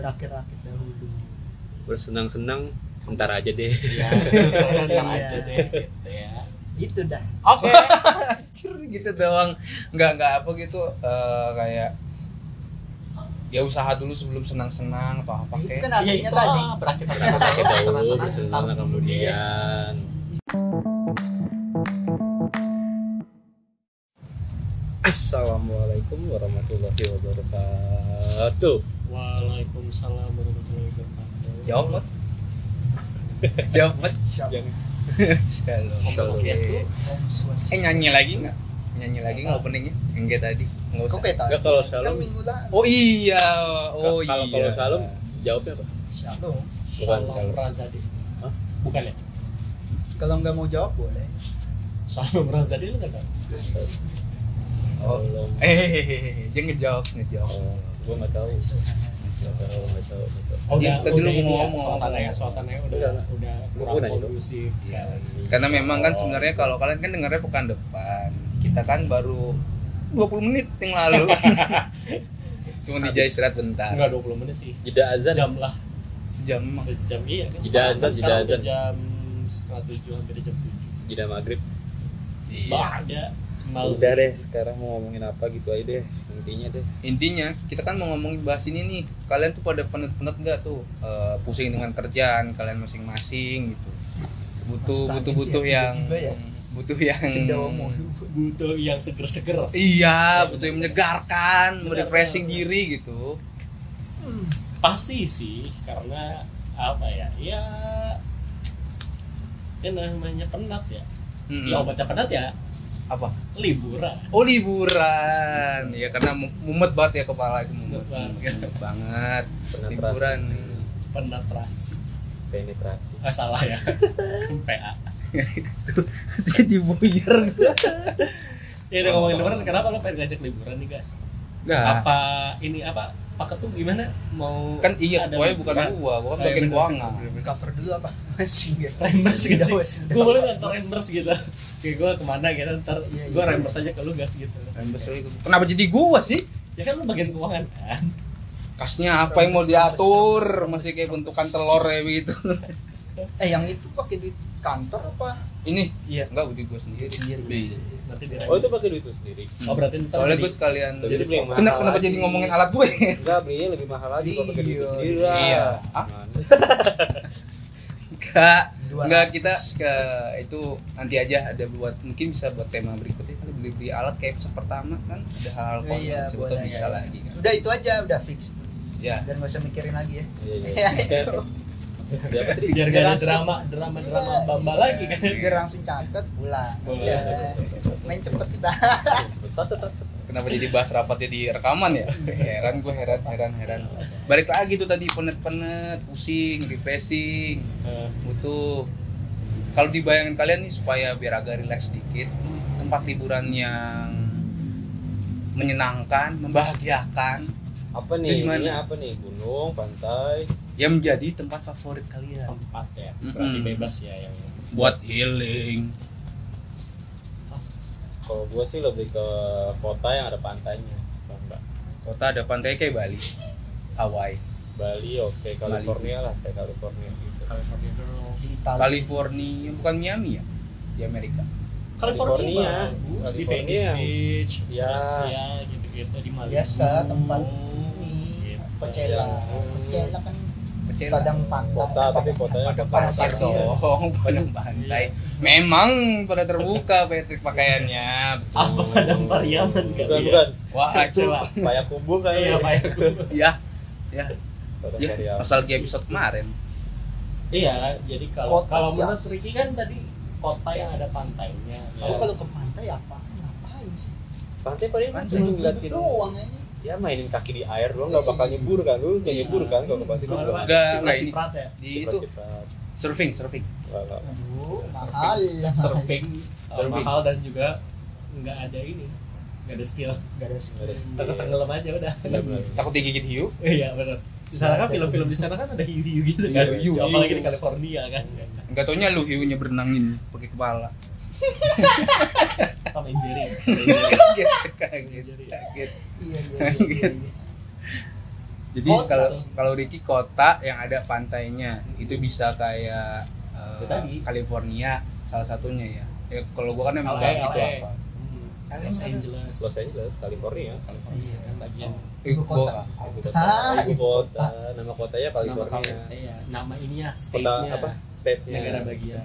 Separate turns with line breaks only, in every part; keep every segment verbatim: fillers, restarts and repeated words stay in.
berakit-rakit dahulu.
Bersenang-senang sebentar aja deh.
Iya, sebentar aja deh gitu ya.
Itu dah.
Oke.
Anjir gitu doang. Enggak enggak apa gitu uh, kayak ya usaha dulu sebelum senang-senang atau apa
Itu
kayak.
kan
Iya
artinya
itu
tadi.
ah, berakit-rakit
Berakit dahulu,
senang-senang
bersenang-senang
sebentar dulu deh.
kemudian. Assalamualaikum warahmatullahi wabarakatuh.
Waalaikumsalam warahmatullahi wabarakatuh.
Jawab, Mot. Jawab, Mot.
Siapa?
Shalom.
Om Swastiastu.
Om Swastiastu.
Eh nyanyi lagi enggak? Nyanyi lagi enggak openingnya? Enggak tadi. Enggak
Kok
usah.
beta?
Enggak, kalau
Kan
shalom.
minggu lalu.
Oh iya. Oh
Kalau
iya.
kalau salam jawabnya apa?
Shalom.
Bukan
Shalom
shalom.
Razadi.
Hah?
Bukan ya?
Kalau nggak mau jawab boleh.
Shalom Razadi lu enggak tahu?
Oh.
Shalom.
Eh, dia ngejawab, ngejawab.
Oh, gua nggak tahu. Nggak tahu, nggak tahu, nggak tahu.
Oh,
Iya,
udah,
tadi lu
udah ini ya,
ngomong.
suasana ya, suasananya udah
Iya.
udah kurang
Udah, itu.
kondusif kan.
Karena memang kan sebenarnya kalau kalian kan dengarnya pekan depan, kita kan baru dua puluh menit yang lalu. Cuma dijahit istirahat bentar.
Enggak dua puluh menit sih.
Jeda azan.
Sejam lah.
Sejam.
Sejam iya kan.
Jeda
Sekarang-
azan,
sekarang
jeda
udah
azan.
jam setengah tujuh hampir jam tujuh.
Jeda maghrib.
Bah ada mau
Udah deh, sekarang mau ngomongin apa gitu aja deh. Intinya deh.
Intinya kita kan mau ngomongin bahas ini nih. Kalian tuh pada penat-penat nggak tuh eh, pusing dengan kerjaan kalian masing-masing gitu. Butuh
Mas
butuh
Tani
butuh
ya,
yang
tiba-tiba ya.
butuh yang
Sendawa mulu.
butuh yang seger-seger.
iya, butuh yang menyegarkan,
Benar,
merefreshing
benar.
diri gitu.
Pasti sih karena apa ya? Ya kan namanya penat ya.
Mm-mm.
Ya obatnya penat ya
Apa?
liburan.
Oh liburan, ya karena mu- mumet banget ya kepala itu mumet,
Mumet banget.
mumet banget.
Penetrasi.
Liburan.
Penetrasi.
Penetrasi.
Ah salah ya. P A.
Jadi buyar gue.
Ya udah ngomongin liburan, kenapa lo pengen ngajak liburan nih guys?
Gak.
Apa ini apa Pak Ketu gimana mau
Kan iya,
ada
pokoknya bukan
liburan?
gua, gua kan
Oh, iya,
bagian
bener,
keuangan.
bener, bener.
Cover dulu apa? Masih enggak.
Reimburse gitu
Sendawa,
sih.
sendawa.
Gue boleh ngantor reimburse gitu. Kayak gue kemana gitu ntar
Iya,
gue
iya.
reimburse aja ke lu gas gitu.
Kenapa jadi gua sih?
Ya kan lu bagian keuangan kan.
Kasnya apa yang mau diatur? Masih kayak bentukan telur ya begitu.
Eh yang itu pakai di kantor apa?
Ini
Iya.
enggak udah gua sendiri.
Sendiri.
Iya.
Berarti di
Oh, itu pakai duit lu sendiri.
Oh berarti ntar
Soalnya
jadi-
gue sekalian.
Jadi beli yang mahal
Kenapa, kenapa
lagi.
jadi ngomongin alat gue?
Enggak, belinya lebih mahal lagi kalau pakai duit lu
Iya,
sendiri lah.
iya. Ah?
Gimana?
Enggak.
dua ratus.
Enggak kita ke itu nanti aja ada buat mungkin bisa buat tema berikutnya kali beli beli alat kayak episode pertama kan ada hal-hal
Oh,
konyol,
iya,
siapa tahu
boleh
bisa
ya.
lagi kan.
Udah itu aja, udah fix.
Ya.
Biar nggak usah mikirin lagi ya.
Iya, iya.
Ya, itu.
Dia apa tadi?
biar
Biar
gak ada
langsung-
drama drama drama
Iya,
bamba
iya.
lagi kan.
Biar langsung catat pulang.
Boleh.
Udah. Main cepet kita.
Sat, sat, sat, sat.
Kenapa jadi bahas rapatnya di rekaman ya? Heran gue heran heran heran. Balik lagi tuh tadi penet-penet, pusing, refreshing,
Eh,
butuh. Kalau dibayangin kalian nih supaya biar agak rileks sedikit, tempat liburan yang menyenangkan, membahagiakan,
Apa
Itu
nih?
di mana?
Ini apa nih? Gunung, pantai.
yang menjadi tempat favorit kalian.
tempat ya.
Mm-mm.
Berarti bebas ya yang
Buat healing.
Kalau gua sih lebih ke kota yang ada pantainya. Bangga.
Kota ada pantai kayak Bali, Hawaii,
Bali oke, California lah, kayak California gitu.
California Girls.
Itali.
California, bukan Miami ya? Di Amerika.
California,
California.
bagus di
California.
Venice Beach,
Ya.
terus ya gitu-gitu di Malibu.
Biasa tempat ini
Gitu.
Coachella. Coachella kan
Coachella.
padang pantai.
Kota,
apa-
tapi kotanya
Pada
kota
pantai
pasir.
dong, pada pantai. Memang pada terbuka Patrick pakaiannya. Betul.
Apa padang Pariaman kali
Bukan,
ya?
bukan.
Wah,
Coba.
Payak kubu kan.
Iya, Pak.
ya, ya,
Padang
ya.
Pariaman.
Nostalgia episode kemarin.
Iya, jadi kalau
Kota
kalau
siapa?
menurut Ricky kan tadi kota yang ada pantainya.
Aku
Ya.
kalau ke pantai apa? Ngapain sih?
Pantai paling
Pantai
cuma
Duduk-duduk
ngeliatin
doang ini.
ya mainin kaki di air doang, nggak bakal nyebur kan lu nggak nyebur kan kalau ke pantai
Kalau
kan
apa?
Enggak,
Ciprat-
enggak ini.
Ciprat ya.
Di itu surfing, surfing.
Aduh,
Surfing.
mahal lah.
Surfing uh,
Surfing.
mahal dan juga nggak ada ini, nggak ada skill.
Gak ada
Nggak ada skill.
Takut tenggelam aja udah.
Takut digigit hiu.
Iya benar. Di sana kan film-film di sana kan ada hiu-hiu gitu kan.
Iya, hiu,
Ya, apalagi
hiu.
di California kan.
Enggak taunya lu hiunya berenangin pakai kepala.
Tom and Jerry.
Kaget, kaget, kaget.
Iya, iya, iya, iya, iya.
Jadi
Kota
kalau
sih.
kalau Ricky kota yang ada pantainya itu bisa kayak eh,
Itu tadi.
California salah satunya ya. Ya kalau gua kan emang
L A,
nggak gitu
L A.
apa.
Hmm.
L A
Los
mana?
Angeles.
Los Angeles, California.
California
Iya.
kan bagian.
Ibu kota.
Ibu
Kota.
kota, ibu
Ibu
kota.
kota.
Nama kotanya
Nama
California.
kota, iya. Nama ini ya,
Kota
state-nya.
apa? State-nya.
Negara bagian.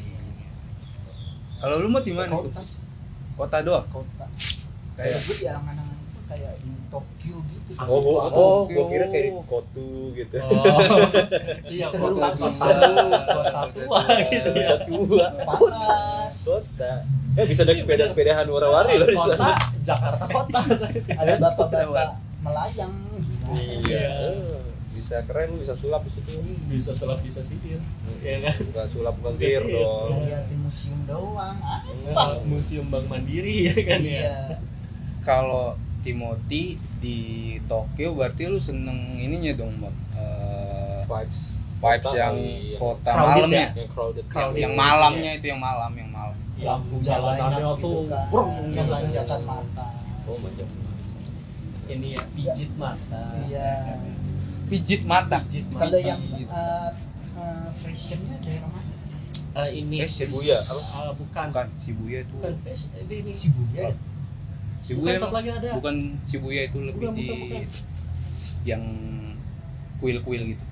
Kalau lu mau di mana
Kota
tuh?
sih.
Kota doang.
Kota. Kayak
Kayak
gue di angan-angan gue kayak di Tokyo gitu.
Oh, oh, oh,
Tokyo.
gua kira kayak di Kotu gitu.
Oh.
Si
Iya,
seru,
kota
si
kota
seru.
kota tua gitu ya.
Kota tua.
Panas.
Kota. Ya bisa naik sepeda-sepedahan warawari loh di
Kota
sana.
Jakarta kota.
Ada bapak-bapak melayang. Gimana?
Iya. Eh, Bisa keren lu bisa sulap di situ.
Bisa sulap bisa sipil. Iya kan?
Bukan sulap bukan
Bukan
gear
sihir.
dong.
Ngeliatin museum doang. Apa?
Eh, Museum Bank Mandiri ya kan ya.
Iya.
kalau Timothy di Tokyo berarti lu seneng ininya dong, Bang. Eh,
Vibes
vibes
kota
yang
kali,
kota
Crowded
malamnya.
ya?
yang crowded.
Crowded.
Yang malamnya itu yang malam, yang malam.
Lampu
Jalanannya
banyak
tuh,
gitu kan.
brung,
Memanjakan mata.
Oh, mantap.
Ini ya pijit mata.
Iya.
Pijit mata.
Pijit mata.
Kalau yang uh, uh, fashionnya daerah mana?
Eh, ini
Eh,
Shibuya, apa?
Eh, bukan.
Bukan Shibuya itu.
Bukan fashion. Ini ini.
Shibuya ada.
Shibuya
Bukan, satu
emang-
lagi ada.
bukan Shibuya itu lebih
Bukan,
di
bukan, bukan.
yang kuil-kuil gitu.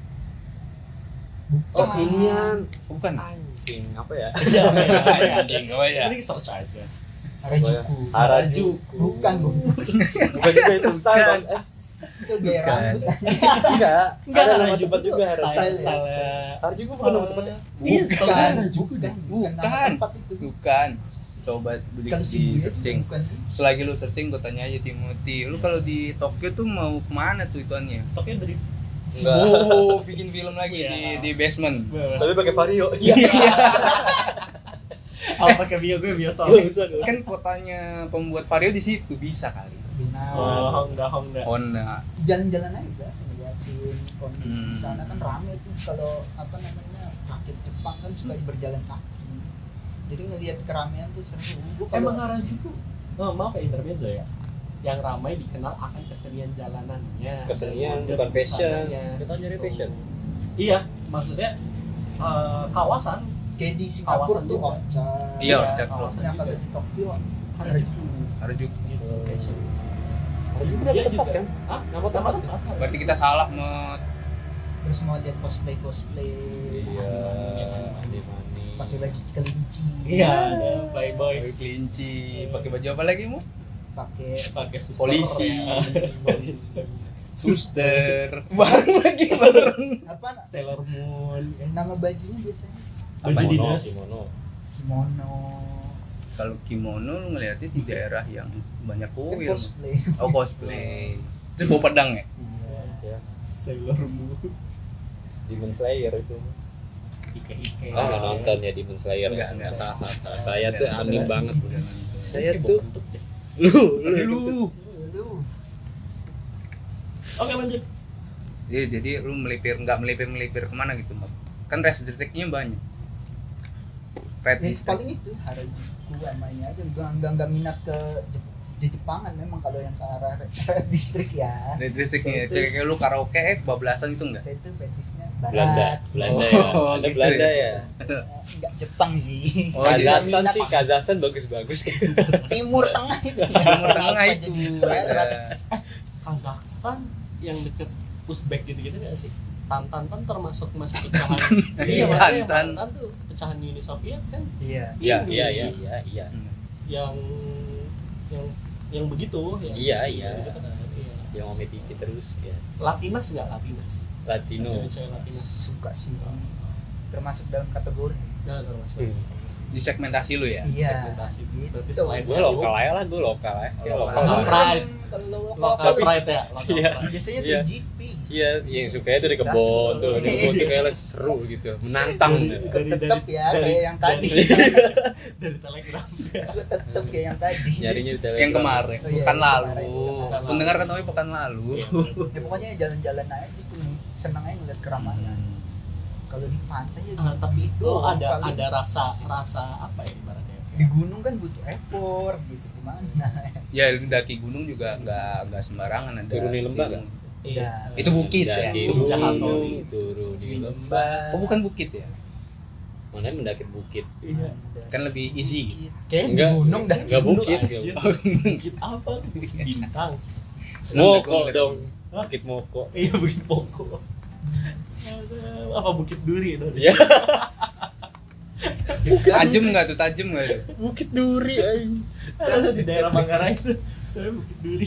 Bukan.
inian.
Oh, bukan.
Anjing apa ya?
Iya, iya, iya.
Anjing, apa ya?
Ini search aja.
Harajuku.
Harajuku.
Bukan, Bu.
Bukan juga itu style kan? Eh,
Itu gaya
Bukan.
rambut.
enggak.
Enggak,
Ada nama
Harajuku
tempat
tuh
juga
style
Harajuku.
style.
Harajuku bukan nama tempatnya.
Iya, style
Bukan,
Harajuku
bukan,
deh.
bukan nama
Bukan.
tempat itu.
Bukan. Coba beli
Kalau
di
Shibuya itu
searching.
bukan.
Selagi lu searching gue tanya aja Timothy, lu kalau di Tokyo tuh mau kemana tuh ituannya?
Tokyo drift.
Enggak.
Oh, bikin film lagi
Iya.
di di basement.
Tapi pakai Vario.
Iya. Oh, pakai bio gue bio
Enggak
soalnya.
usah.
Kan kotanya pembuat Vario di situ bisa kali.
Benar.
Oh, Honda Honda.
Honda.
Jalan-jalan aja guys, ngeliatin kondisi
Hmm.
di sana kan rame tuh kalau apa namanya rakyat Jepang kan suka
Hmm.
berjalan kaki. Jadi ngelihat keramaian tuh seru. Gua
Emang
kalau
Harajuku. Oh, maaf ya intermezzo ya. Yang ramai dikenal akan kesenian jalanannya.
Kesenian,
dan
bukan fashion.
busananya.
Kita nyari
Tuh.
fashion.
Iya, maksudnya eh, kawasan.
kayak di Singapura
Kawasan
tuh
juga.
Orchard.
Iya, Orchard tuh.
kawasan
Yang kalau
juga.
di Tokyo
Harajuku.
Harajuku.
Gitu, fashion.
Harajuku
Dia
nama tempat
juga.
kan?
Hah?
Nama tempat.
Berarti kita salah Mot.
terus mau lihat cosplay cosplay
Iya. Mani-mani.
pakai baju kelinci
Iya, ada playboy.
Pakai kelinci, pakai baju apa lagi Mu?
pakai
Pakai suster.
Polisi.
ya.
Suster. Bareng lagi bareng.
apa
Sailor Moon.
nama bajunya biasanya
Baju
Kimono,
dinas.
kimono.
kimono
Kalau kimono lu ngeliatnya di daerah yang banyak
kan
kuil.
cosplay
Oh, cosplay. Terus bawa pedang ya?
iya
Ya.
Sailor Moon.
Demon Slayer itu.
Ike Ike.
Ah, nggak nonton ya Demon Slayer.
Enggak, enggak.
Hahaha. Saya tuh
Enggak.
aneh
Enggak.
banget.
Enggak.
Saya tuh lu lu
Lu.
lu
Oke lanjut.
Jadi, jadi lu melipir nggak melipir melipir kemana gitu Mat? Kan rest districtnya banyak. Red
ya,
district.
paling itu Harajuku sama ini aja nggak nggak nggak minat ke Jep- di Jepangan memang kalau yang ke arah red district ya
Red districtnya
Saya itu-
kayak lu karaoke eh bablasan itu enggak?
saya tuh fetisnya
Belanda,
barat
Belanda ya.
Oh,
Ada
gitu
Belanda
ya.
ya.
nggak Jepang sih
Oh,
Jadi nggak
Kazakhstan
minat
sih, Kazakhstan bagus-bagus.
Timur Tengah itu
Timur Tengah
Kenapa
itu.
jadi barat?
ada.
Kazakhstan yang deket Uzbek gitu-gitu nggak sih? Tantan kan termasuk masih pecahan.
Iya,
maksudnya
Tantan.
Tantan tuh pecahan Uni Soviet kan?
iya
Iya,
Iya, iya, iya, iya.
Yang yang yang begitu ya.
Iya, iya.
Gitu kan, iya.
Yang mau Tiki terus ya.
Latinas nggak Latinas?
Latino.
Cewek-cewek Latinas.
suka sih termasuk dalam kategori
Nah, termasuk.
Hmm.
Di segmentasi lu ya?
iya
Segmentasi.
gitu.
Berarti selain
Gue lokal aja lah, gue lokal ya. Ya
Oh,
lokal.
lokal.
lah.
Pride.
kalau lokal
Local
kalau-
pride ya. Local
Iya.
pride.
biasanya
Iya.
tuh G P
Iya, yang sukanya tuh di kebon tuh, di kebon tuh kayak seru gitu, menantang.
Dari-
gitu.
dari-
tetep ya
dari-
kayak yang tadi
Dari Telegram.
gue tetep kayak yang tadi
Nyarinya di Telegram.
Yang kemarin,
Oh, iya,
pekan
yang
lalu.
kemarin,
pekan
Pendengar
lalu.
kan namanya pekan lalu.
ya pokoknya jalan-jalan aja gitu senang aja ngeliat keramaian kalau di pantai ya
Ah, tapi itu
Oh,
ada
paling-
ada rasa rasa apa ya ibaratnya?
di gunung kan butuh effort gitu gimana
Ya, lu daki gunung juga nggak nggak sembarangan ada.
Turunin lembah
itu.
nggak?
Iya.
Itu bukit ya.
Daki
Gunung Jahat,
gunung, turun di lembah.
Lembah.
Oh bukan bukit ya?
Mana yang mendaki bukit?
Iya.
Kan lebih easy.
Kayak di
Enggak.
gunung dah.
Enggak bukit.
Anjir.
enggak.
Bukit apa? Bintang.
Moko dong. Bukit Moko.
Iya bukit pokok. Apa bukit duri dong?
Ya,
Tajem nggak tuh? Tajem nggak tuh?
Bukit Duri aing.
Di daerah Manggarai itu. Bukit duri.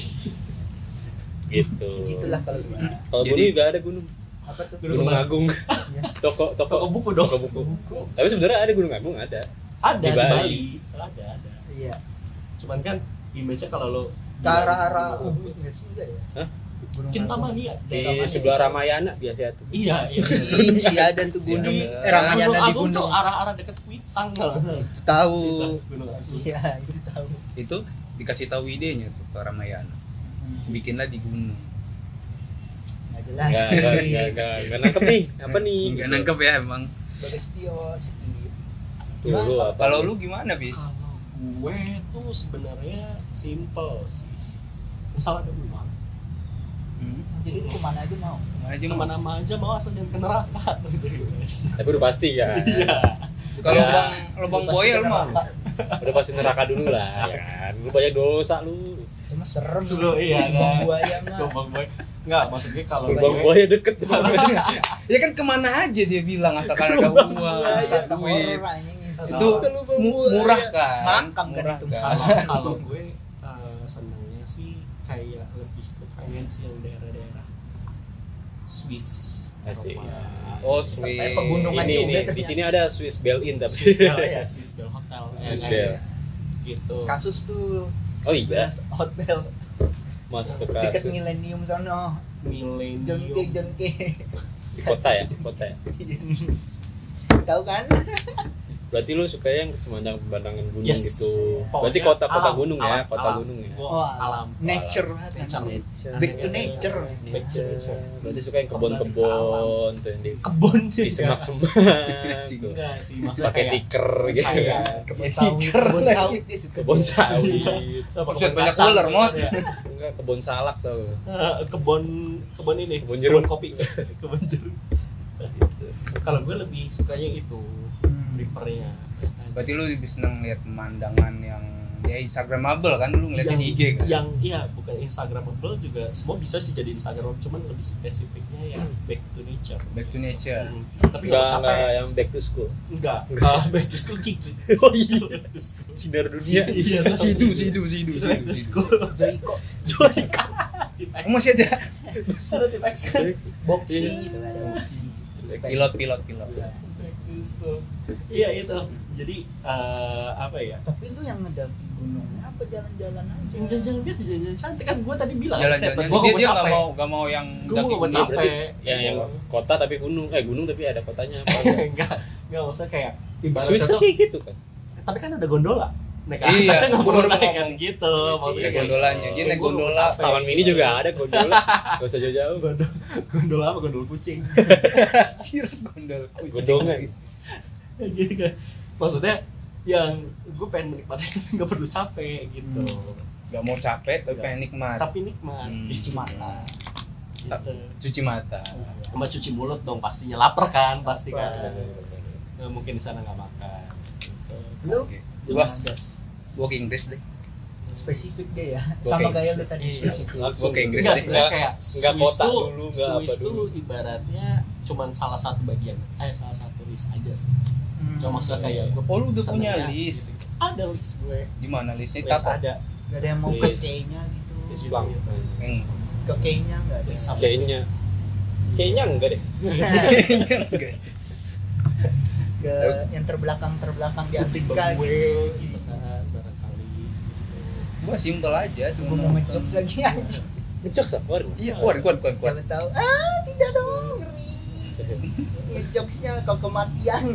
Gitu.
Itulah kalau gua.
Kalau
Jadi-
gunung juga ada gunung.
Apa tuh?
Gunung Agung.
Iya.
Toko toko
Toko buku dong.
Toko buku. Tapi sebenarnya ada Gunung Agung ada.
Ada
Di
di
Bali.
Bali. Ada ada.
Iya.
Cuman kan image-nya kalau lo
Ke arah-arah Ubud nggak sih enggak ya?
Hah?
Gunung
Kintamani ya.
Di
Kintamani
sebelah
bisa.
Ramayana biasa tuh.
Iya, iya.
Agung. Si ada tuh gunung.
Iya.
Eh Ramayana
Gunung
di
Agung tuh
gunung.
arah-arah dekat Kuitang kalau.
Itu tahu.
Gunung Agung.
Iya, itu tahu.
Itu dikasih tahu idenya tuh ke Ramayana.
Hmm.
Bikinlah di gunung.
Nggak jelas.
Enggak enggak enggak enggak enggak nangkep nih. Apa nih?
Nggak nangkep ya emang.
Bagastio skip.
Tuh, lu apa?
Kalau lu gimana bis?
Kalau gue tuh sebenarnya simple sih. Misal ada uang,
Hmm.
Jadi itu kemana aja mau.
Mana aja mau.
kemana aja mau asal jangan ke neraka.
Tapi udah pasti kan.
Iya.
Kalau
Ya.
lubang lubang
Pasti
boya lu
kena
mau.
neraka.
Udah pasti neraka dulu lah ya kan. Lu banyak dosa lu.
Itu mah serem.
Sudah iya
Lubang
kan.
buaya mah.
Lubang buaya. Enggak, maksudnya kalau
Lubang
gue
buaya deket.
Ya kan kemana aja dia bilang asalkan ada uang,
Wisata
duit.
horor anjing
Itu mu- murah kan?
Makam kan
Murah
itu.
kan?
kalau kalau gue eh, senangnya sih kayak lebih ke pengen sih yang daerah-daerah Swiss.
Asik.
Eropa.
Oh,
Tapi
sweet.
pegunungan
Ini
juga
ini di
ternyata.
sini ada Swiss Bell In tapi.
Swiss Bell ya, Swiss Bell Hotel.
Swiss
Eh,
Bell.
gitu.
Kasus tuh.
Oh iya.
Hotel
Masuk ke
dekat
kasus
Millennium sono.
Millennium.
Jonke Jonke.
di kota ya, kota ya.
Tahu kan?
Berarti lu suka yang pemandangan-pemandangan gunung
Yes.
gitu.
Pokoknya
Berarti kota-kota
alam,
gunung ya,
alam,
kota
alam.
gunung ya.
Gua
Wah,
alam.
nature banget kan.
Nature.
Nature.
Back to nature.
Nature. Berarti suka yang kebun-kebun tuh yang di
Kebun
di semak-semak tuh.
Enggak sih, maksudnya
Pakai
kayak
tiker gitu.
kayak
Kebun sawit, kebun sawit dia suka.
Kebun sawit.
apa,
Buset,
kebun
banyak
kacang
ular,
gitu
Mot.
ya.
Enggak, kebun salak tau.
Eh, kebun kebun ini
Kebun jeruk.
kopi kebun jeruk. Kalau gue lebih sukanya itu
Hmm.
prefernya
Berarti lu lebih seneng lihat pemandangan yang ya Instagramable kan, lu ngeliatnya di I G kan?
yang iya bukan Instagramable juga semua bisa sih jadi Instagram, cuman lebih spesifiknya ya back to nature.
Back to nature.
Hmm. Tapi
Enggak
kalau
enggak
capek
yang back to school.
enggak ah, back to school kick.
Oh iya.
Back to school.
Sinar dunia.
Iya,
Sidu, sidu, sidu,
Back to
sidu.
school.
Joiko,
Oh, masih ada
Ada tip X kan?
boxy, itu ada boxy.
pilot, pilot, pilot.
Iya.
Back to school. Iya itu. Jadi eh, apa ya?
Tapi lu yang ngedaki gunungnya apa jalan-jalan aja?
Yang jalan-jalan biasa jalan-jalan cantik kan gue tadi bilang.
Jalan-jalan
Gue
dia
mau
dia nggak
capek.
mau nggak mau yang
Gue mau
daki
mau
gunung.
capek.
Berarti yang yang kota tapi gunung. Eh gunung tapi ada kotanya apa?
enggak enggak maksudnya kayak ibaratnya
Swiss kan
tuh
kayak gitu kan.
tapi kan ada gondola naik ke
Iya,
atasnya nggak
gua
perlu
baru
naik kan
ngomong.
gitu
Iya sih,
maksudnya
iya,
kayak
gondolanya. Dia naik
gua mau
gondola.
capek.
Taman mini juga ada gondola. Gak usah jauh-jauh.
gondol gondola apa gondol kucing
Anjir, gondol kucing.
Gondongan.
gitu kan maksudnya yang gue pengen menikmati tapi nggak perlu capek gitu
Gak mau capek tapi pengen nikmat.
tapi nikmat
Hmm.
Cuci mata.
gitu.
Cuci mata.
sama cuci mulut dong pastinya lapar kan pasti kan
Lapar.
nggak mungkin di sana nggak makan gitu.
Lu
Oke.
gua
Gua gua ke Inggris deh.
spesifik deh ya.
Oke.
Sama kayak lu tadi
Iya.
spesifik.
Langsung.
Gua ke Inggris
Enggak
deh.
sebenarnya
Nggak-
kayak
nggak
Swiss
kota
tuh,
dulu, nggak
Swiss
apa
tuh
dulu.
ibaratnya cuman salah satu bagian, eh salah satu list aja sih.
Hmm.
Cuma maksudnya kayak gue
Oh, lu udah punya
senengnya
list?
gitu. Ada list gue.
Di mana listnya?
List
Apa?
ada.
Gak ada yang mau ke
List.
K-nya gitu.
List blank.
Yang
Ke K-nya gak ada.
List apa?
Kayaknya. Kayaknya enggak deh.
Ke yang terbelakang terbelakang di Afrika
Zimbabwe
gitu.
gitu kan barangkali. Gitu.
gua simpel aja,
Gue
cuma
mau ngejokes lagi aja.
Ngejok sah, keluarin.
Iya, kuat, kuat, kuat, kuat.
Siapa tahu? Ah tidak dong, ngeri. Ngejokesnya kau kematian.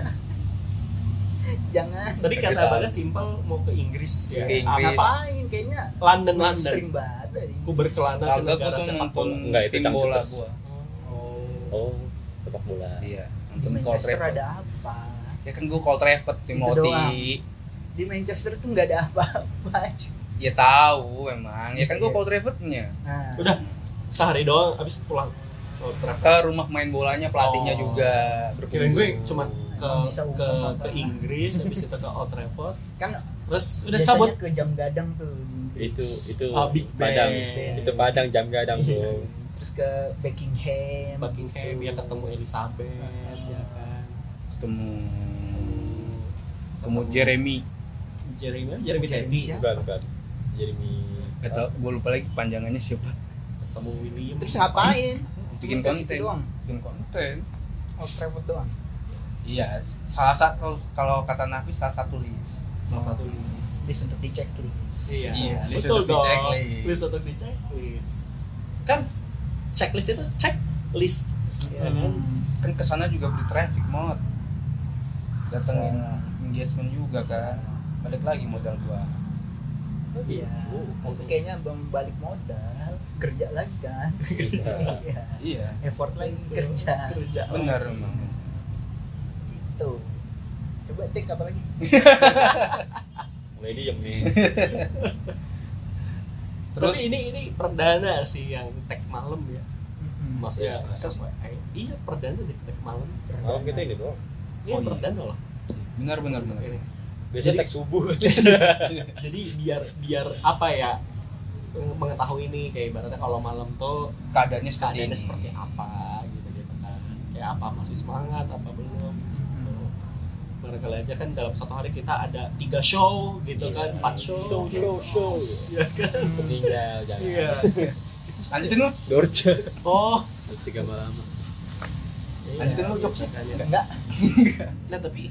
Jangan.
Tadi kata
Kita-
abangnya simpel mau ke Inggris ya.
Ke Inggris.
Apa?
Ngapain? Kayaknya
London London.
mainstream banget. ini.
Ku berkelana ke
Kagak, gua
negara
tuh
sepak
nonton
bola.
Enggak, itu
tim
Cangcut
bola
terus.
gua.
Oh.
Oh, sepak bola.
Iya,
Di
nonton Cold
Manchester
Trafford.
ada apa?
Ya kan gua Cold Trafford,
Itu
Timothy.
doang. Di Manchester tuh nggak ada apa-apa. cuy.
Ya tahu emang. Ya kan gua
Iya.
Cold Trafford-nya.
Nah,
Udah sehari doang abis pulang. Oh,
ke rumah main bolanya pelatihnya
Oh.
juga
Kirain gue cuman ke
Bisa
ke
umum
ke
apa?
Inggris habis itu ke Old Trafford
Kan
terus udah
biasanya
cabut.
ke jam gadang tuh di Inggris.
Itu itu
Ah, Big
Padang.
Ben.
Itu Padang jam gadang bro.
Terus ke Buckingham
Buckingham
gitu.
ya ketemu Elizabeth ya kan.
ketemu ketemu Jeremy
Jeremy Jeremy
Jeremy
Teti
siapa?
Bukan bukan. Jeremy.
gak tau gue lupa lagi panjangannya siapa
ketemu William.
Terus ngapain?
bikin
Cuma ke situ
konten
doang.
bikin konten
Old Trafford doang.
iya salah satu kalau kalau kata Nafis salah satu list
Salah satu list.
List untuk di checklist.
Iya,
Iya, list
betul
untuk di
dong.
checklist.
List untuk di checklist. Kan checklist itu checklist. Ya kan?
Hmm.
kan kesana juga beli traffic mod datengin
Bisa.
engagement juga kan balik lagi modal gua
Iya. Tapi kayaknya belum balik modal, kerja lagi kan. Iya.
iya
Effort lagi kerja.
Kerja.
benar emang
Itu. Coba cek apa lagi?
Mulai diem nih.
terus
Tapi ini ini perdana sih yang tag malam ya.
Mm-mm.
Maksudnya
Iya.
sesuai. Iya, perdana deh tag malam.
Malam kita ini doang.
Iya,
Oh, iya.
perdana loh.
benar benar benar
Ini.
Biasanya
Jadi-
teks subuh.
Jadi biar biar apa ya? Mengetahui ini kayak ibaratnya kalau malam tuh
keadaannya seperti
keadaannya
ini
seperti apa gitu gitu kan. Kayak apa masih semangat apa belum gitu. Barangkali aja kan dalam satu hari kita ada tiga show gitu kan,
Iya.
empat show,
Show, show, show.
ya kan.
Meninggal jangan.
Iya.
lanjutin lu
Dorce.
Oh,
Tiga malam.
Lanjutin lu, jokes.
Enggak.
Nah tapi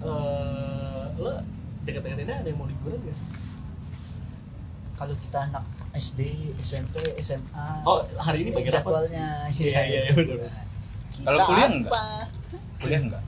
eh lo dekat-dekat ini ada yang mau liburan nggak sih?
Kalau kita anak S D, S M P, S M A.
Oh, hari ini
ini
bagian apa?
jadwalnya.
Iya, iya, iya, benar.
Kita
Kalau kuliah enggak?
apa?
kuliah enggak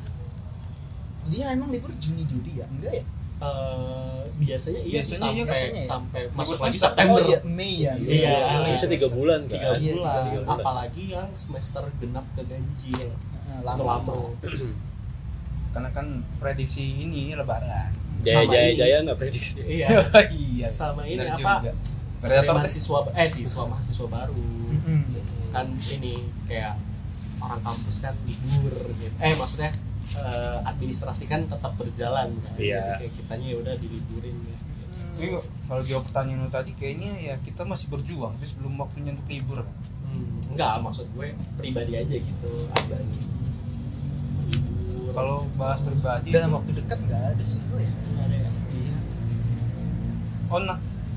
Kuliah emang libur Juni Juli ya? Enggak ya?
Eh, biasanya iya sih
Biasanya iya,
sampai
biasanya ya.
sampai
Libur
masuk lagi
semester.
September.
Oh iya, Mei ya. Mei.
Iya.
Bisa tiga bulan kan?
Tiga
Iya,
bulan.
tiga
bulan.
Apalagi yang semester genap keganjil.
Heeh,
Itu
lama.
lama.
karena kan prediksi ini lebaran
Jaya
Sama
jaya
ini.
jaya nggak prediksi.
Iya.
iya
Sama ini
benar
apa?
juga. Predator
Penerimaan
teh.
siswa eh siswa mahasiswa baru.
Mm-mm.
Kan ini kayak orang kampus kan libur gitu. Eh maksudnya eh, administrasi kan tetap berjalan kan.
Iya.
Jadi kayak kitanya ya udah diliburin ya.
Tapi kalau jawab pertanyaan lu tadi kayaknya ya kita masih berjuang terus belum waktunya untuk libur kan
Hmm, enggak maksud gue pribadi aja gitu.
Pribadi.
Libur.
kalau bahas pribadi
Dalam
itu-
waktu dekat enggak ada sih gue ya.
ada ya.
Iya.
oh nah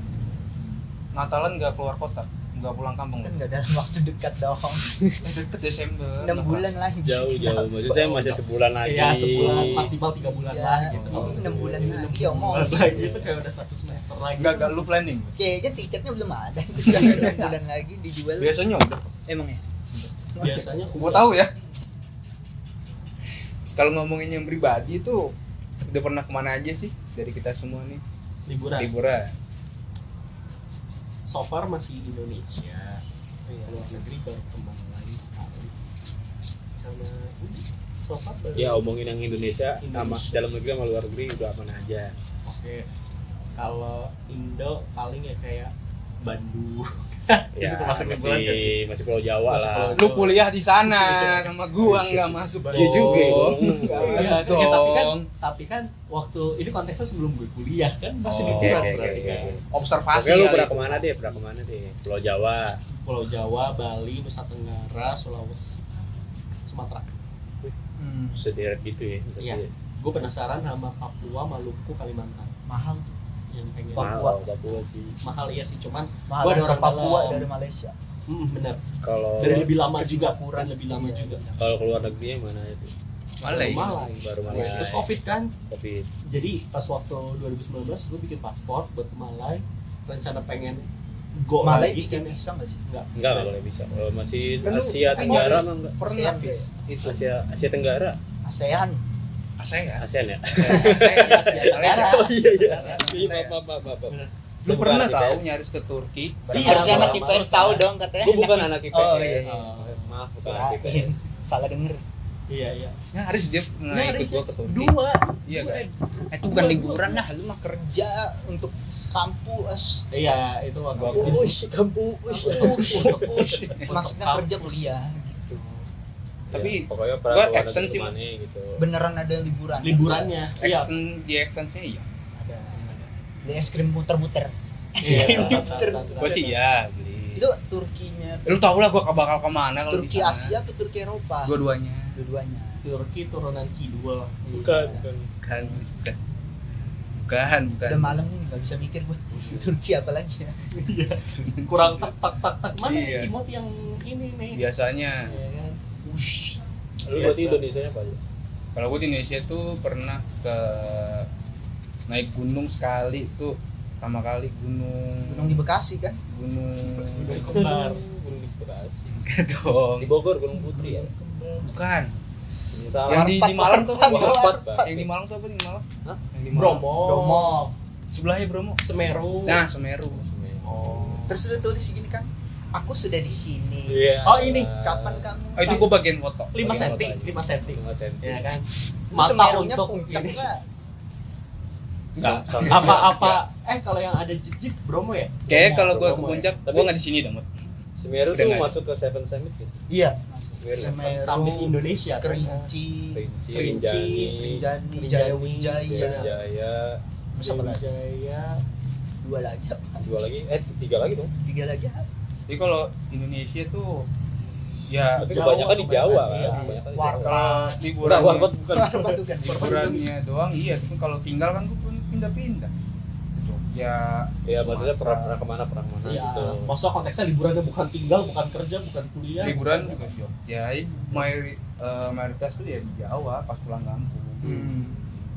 Natalan nggak keluar kota nggak pulang kampung
Kan enggak dalam waktu dekat dong.
deket Desember
enam bulan lagi.
Jauh jauh. Maksud saya masih sebulan lagi.
Iya sebulan maksimal tiga bulan
Ya,
lah gitu.
ini enam bulan
Ini
lagi,
enam
omong.
bulan lagi itu kayak udah satu semester lagi.
nggak nggak lu planning
Kayaknya tiketnya belum ada. enam bulan lagi dijual.
biasanya udah
Emang ya?
Biasanya
gua tahu ya kalau ngomongin yang pribadi itu udah pernah kemana aja sih dari kita semua nih
liburan.
liburan
So far masih Indonesia.
Iya.
Luar negeri baru kemana lagi sekali. Sama udah. So far baru.
Ya omongin yang Indonesia, sama
Indonesia.
dalam negeri sama luar negeri udah aman aja.
Oke. Kalau Indo paling ya kayak Bandung.
Ya
Itu masuk liburan nggak sih?
masih masih Pulau Jawa
Masih
lah.
Pulau
lu kuliah di sana sama gua nggak masuk
Iya juga ya.
dong.
Nggak
Nggak
Iya,
masuk
ya, tapi kan
dong.
tapi kan waktu ini konteksnya sebelum gue kuliah kan masih
Oh,
liburan
oke, oke,
berarti
oke,
kan.
oke.
observasi
Oke lu
kali
pernah
itu.
kemana deh? Pernah kemana deh? Pulau Jawa.
Pulau Jawa, Bali, Nusa Tenggara, Sulawesi, Sumatera.
Hmm,
Sederet gitu ya.
Iya. Gue penasaran sama Papua, Maluku, Kalimantan.
mahal tuh.
Yang pengen
Papua.
Mahal, Papua sih.
mahal iya sih, cuman
Mahal
gua ada
ke
orang
Papua
dalam.
dari Malaysia.
Hmm, benar.
Kalau
Dan lebih lama
Ke
juga,
Singapura.
dan lebih lama
Iya,
juga.
iya.
kalau keluar negerinya mana itu?
Malay.
Baru Malay.
Baru
Ya,
Malay.
terus Covid kan.
Covid.
Jadi pas waktu dua ribu sembilan belas gue bikin paspor buat ke Malay. Rencana pengen go
Malay
lagi
bikin
kan.
visa nggak sih?
Enggak.
Enggak enggak boleh bisa. Kalau masih
Kan lu-
Asia
kan
Tenggara
lu-
mah enggak.
pernah
ASEAN
Fis? itu
Asia Asia Tenggara.
ASEAN.
ASEAN
ASEAN ya?
Asia Tenggara.
Oh iya iya. Iya
Saya-
maaf maaf maaf. maaf.
lu
Gua
pernah
bukan
tahu
I P S.
nyaris ke Turki
Iya,
Harusnya anak
lama-lama
I P S tahu dong katanya.
Gua bukan anak I P S.
Oh iya.
Oh,
Maaf bukan anak I P S.
Kirain. Salah denger.
Iya iya.
Ya Aris dia pernah
Nah,
ikut
Aris
gua ke Turki.
dua.
Iya
Dua.
kan?
Eh, itu bukan liburan lah, lu mah kerja untuk kampus.
Iya, itu waktu
Gua-
itu.
Ush, kampus, ush, ush. Maksudnya
Untuk
kerja
kampus.
kuliah gitu.
Tapi
Ya, pokoknya
gua
peraturan
action
dari
sih.
mana gitu.
Beneran ada liburan.
Liburannya. Iya.
Extend di extensinya iya.
Ada. Beli es krim muter-muter. Es
Iya,
krim
tak,
muter.
tak, tak,
Gua sih ya beli.
Itu Turkinya.
Lu tau lah gua bakal kemana kalau di
Turki
sana.
Asia atau Turki Eropa?
Dua-duanya.
Dua-duanya.
Turki turunan kidul.
Bukan,
Iya.
bukan.
Bukan, bukan. Bukan, bukan.
Udah malam nih nggak bisa mikir gue. Turki apa lagi ya?
Iya. Kurang tak tak tak tak mana
Iya.
Timot yang ini nih.
Biasanya
Iya kan.
Ush.
Lu berarti Indonesia apa aja?
kalau gua di Indonesia tuh pernah ke naik gunung sekali tuh pertama kali gunung
Gunung di Bekasi kan?
gunung
Gunung Kembar.
Gunung di Bekasi.
enggak dong
Di Bogor Gunung Putri ya.
bukan
Gunung Salak.
yang di,
Warpat,
di Malang tuh apa
warpat,
Warpat, Pak.
yang di Malang tuh apa di Malang
Hah?
yang di Malang
Bromo.
Bromo.
sebelahnya Bromo
Semeru.
nah Semeru
Oh.
Terus lu tulis gini kan? Aku sudah di sini.
Iya.
Oh, ini.
Kapan kamu?
oh, itu gua bagian foto
lima
Bagian
senti,
foto aja.
lima senti.
lima senti.
Ya kan.
Lu
Mata
Semerunya
untuk
puncak
ini.
nggak?
enggak
Apa-apa eh kalau yang ada jeep Bromo ya?
kayaknya
Bromo,
kalau gua ke
Bromo
puncak
Tapi-
gua nggak di sini dong Mut.
Semeru
Udah
tuh
nggak ada.
masuk ke Seven Summit gitu.
Iya.
Semeru.
ya.
Semeru,
Summit Indonesia. kan?
Kerinci,
Kerinci,
Kerinci,
Rinjani,
Rinjani,
Rinjani,
Jaya Wijaya.
Jaya,
Terus apa lagi?
Jaya.
Dua lagi apa?
dua lagi, eh tiga lagi dong.
Tiga lagi apa?
jadi kalau Indonesia tuh ya
Tapi
Jawa,
kebanyakan di Jawa kan.
iya.
Kebanyakan di
Warpat.
Jawa.
kalau
Enggak,
liburannya
Warpat bukan.
Apa tuh kan?
liburannya doang iya tapi kalau tinggal kan gua pun pindah-pindah ke Jogja
Iya, maksudnya pernah
Sumatera.
pernah kemana pernah kemana
Iya,
gitu.
maksudnya konteksnya liburannya bukan tinggal, bukan kerja, bukan kuliah.
liburan
bukan-
juga Jogja ya mayori- eh, mayoritas tuh ya di Jawa pas pulang kampung
Hmm.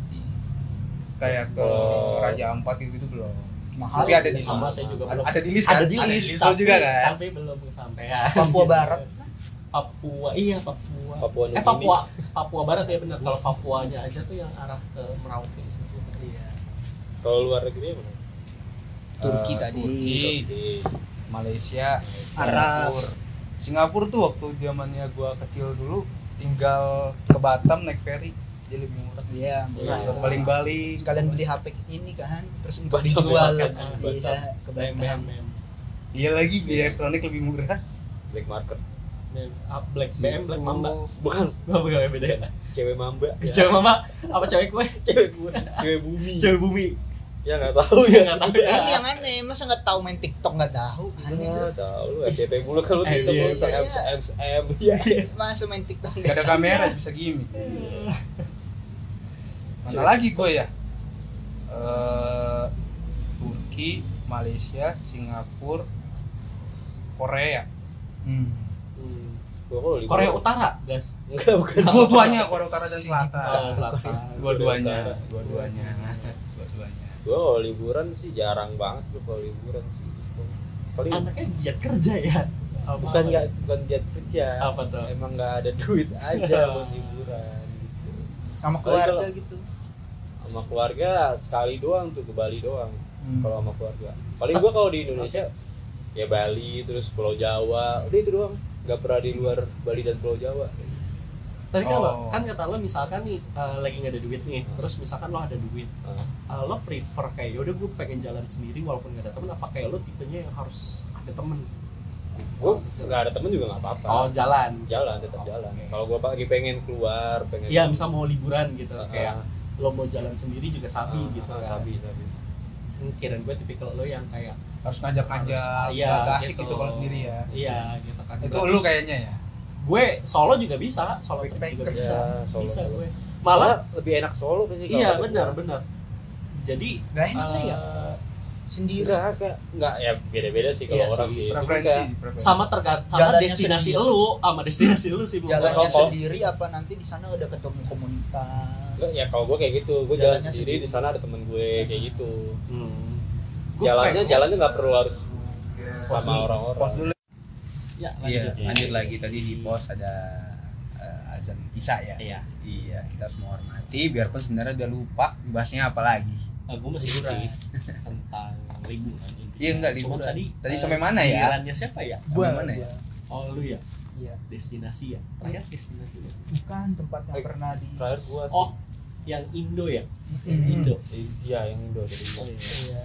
kayak ke
Oh.
Raja Ampat gitu, -gitu belum
Mahal.
tapi ada di
Sama
list.
saya juga
ada,
belum.
ada di list
Ada
kan?
di list,
lu
tapi,
juga kan
tapi belum kesampaian.
Papua Barat.
Papua, iya Papua.
Papua
eh
Nugini.
Papua, Papua Barat ya benar. Kalau Papuanya aja tuh yang arah ke Merauke sih.
Iya.
Kalau luar negeri apa?
Turki
Eh,
tadi.
Turki,
Turki.
Malaysia
Arab.
Singapura Singapura tuh waktu zamannya gua kecil dulu tinggal ke Batam naik ferry jadi lebih murah
Iya, murah.
Iya.
Ke balik-balik
Sekalian beli H P ini kan, terus untuk
Batam,
dijual.
Batam,
Iya, ke
Mem, mem,
Batam.
mem.
iya lagi biaya elektronik lebih murah
Black market.
Mem. Ah, Black B M, Black Mamba.
Bukan.
Gak beda beda.
Cewek mamba. Ya.
Cewek Mamba apa cewek gue?
Cewek gue. Cewek bumi.
Cewek bumi.
Ya nggak tahu ya.
Nggak tahu ya.
Ini yang aneh, masa nggak tahu main TikTok nggak tahu? Aneh
Nggak
lu.
tahu lu F Y P mulu kalau
Eh,
TikTok
iya,
lu
iya.
M M M. Iya.
Masa main TikTok
gak ada kamera bisa gimmick mana lagi gue ya Eh, Turki Malaysia Singapura Korea
Hmm.
Hmm. Gua kalau liburan-
Korea Utara, guys.
Enggak, bukan.
dua-duanya Korea Utara dan
Sini,
Selatan
Oh, Selatan.
dua-duanya dua-duanya dua-duanya
Gua kalau liburan sih jarang banget tuh kalau liburan sih. Paling
Anaknya giat kerja ya. Apa-
bukan nggak bukan giat kerja.
Apa tuh?
Emang nggak ada duit aja buat liburan gitu.
Sama
Paling
keluarga
kalau-
gitu.
Sama keluarga sekali doang tuh ke Bali doang.
Hmm.
Kalau sama keluarga. Paling gua kalau di Indonesia ya Bali terus Pulau Jawa. Udah itu doang. Nggak pernah di luar Bali dan Pulau Jawa.
Tapi kan lo,
Oh.
kan kata lo misalkan nih eh, lagi nggak ada duit nih, terus misalkan lo ada duit,
Nah,
eh, lo prefer kayak yaudah gue pengen jalan sendiri walaupun nggak ada temen, apa kayak lo tipenya yang harus ada temen?
gua nggak ada temen juga nggak apa-apa.
Oh jalan.
Jalan tetap
Oh,
jalan.
oke.
Kalau gua lagi pengen keluar, pengen
Iya misal mau liburan gitu,
Ah,
kayak lo mau jalan sendiri juga sabi
ah,
gitu
ah,
kan.
Sabi, sabi.
Hmm, Kirain gue tipikal lo yang kayak
harus ngajak-ngajak
harus-
iya, gak asik gitu kalau sendiri ya
Iya gitu kan.
itu lu kayaknya ya
Gue solo juga bisa, solo trip juga
Backpacker.
bisa,
Ya, solo,
bisa
solo.
gue.
Malah
Malah
lebih enak solo sih. kalau
iya
ada
benar
gua.
benar. Jadi
Gak enak lah ya?
eh,
Sendiri.
Enggak, enggak, enggak ya beda-beda sih kalau
Iya
orang
sih,
sih. Tapi
preferensi
kayak-
preferensi.
sama tergantung sama
Jalannya
destinasi
sendiri.
lu sama destinasi lu sih menurut
Jalannya
gua.
Kalau-
sendiri apa nanti di sana udah ketemu komunitas?
Enggak, ya kalau gue kayak gitu, gue jalan
Jalannya
sendiri
sendiri.
di sana ada temen gue kayak gitu.
Hmm. Gua
Jalannya
pengen-
jalannya nggak perlu harus
Pos
sama
dulu,
orang-orang.
pos dulu
Ya,
iya
lanjut.
lanjut lagi tadi di pos ada eh, azan isya ya
Iya.
iya kita harus menghormati biarpun sebenarnya udah lupa bahasnya apa lagi
Nah, gue masih ingat sih tentang liburan.
iya enggak
Cuma
liburan
tadi
tadi
eh,
sampai mana ya
gilirannya siapa ya?
Gua,
mana ya?
gua.
Oh lu ya.
Iya.
Destinasi ya. Terakhir destinasi ya.
Bukan tempat yang
Eh,
pernah di.
terakhir gua sih
Oh, yang Indo ya? Yang
Hmm.
Indo.
iya yang Indo dari gua.
Oh, iya.
Iya.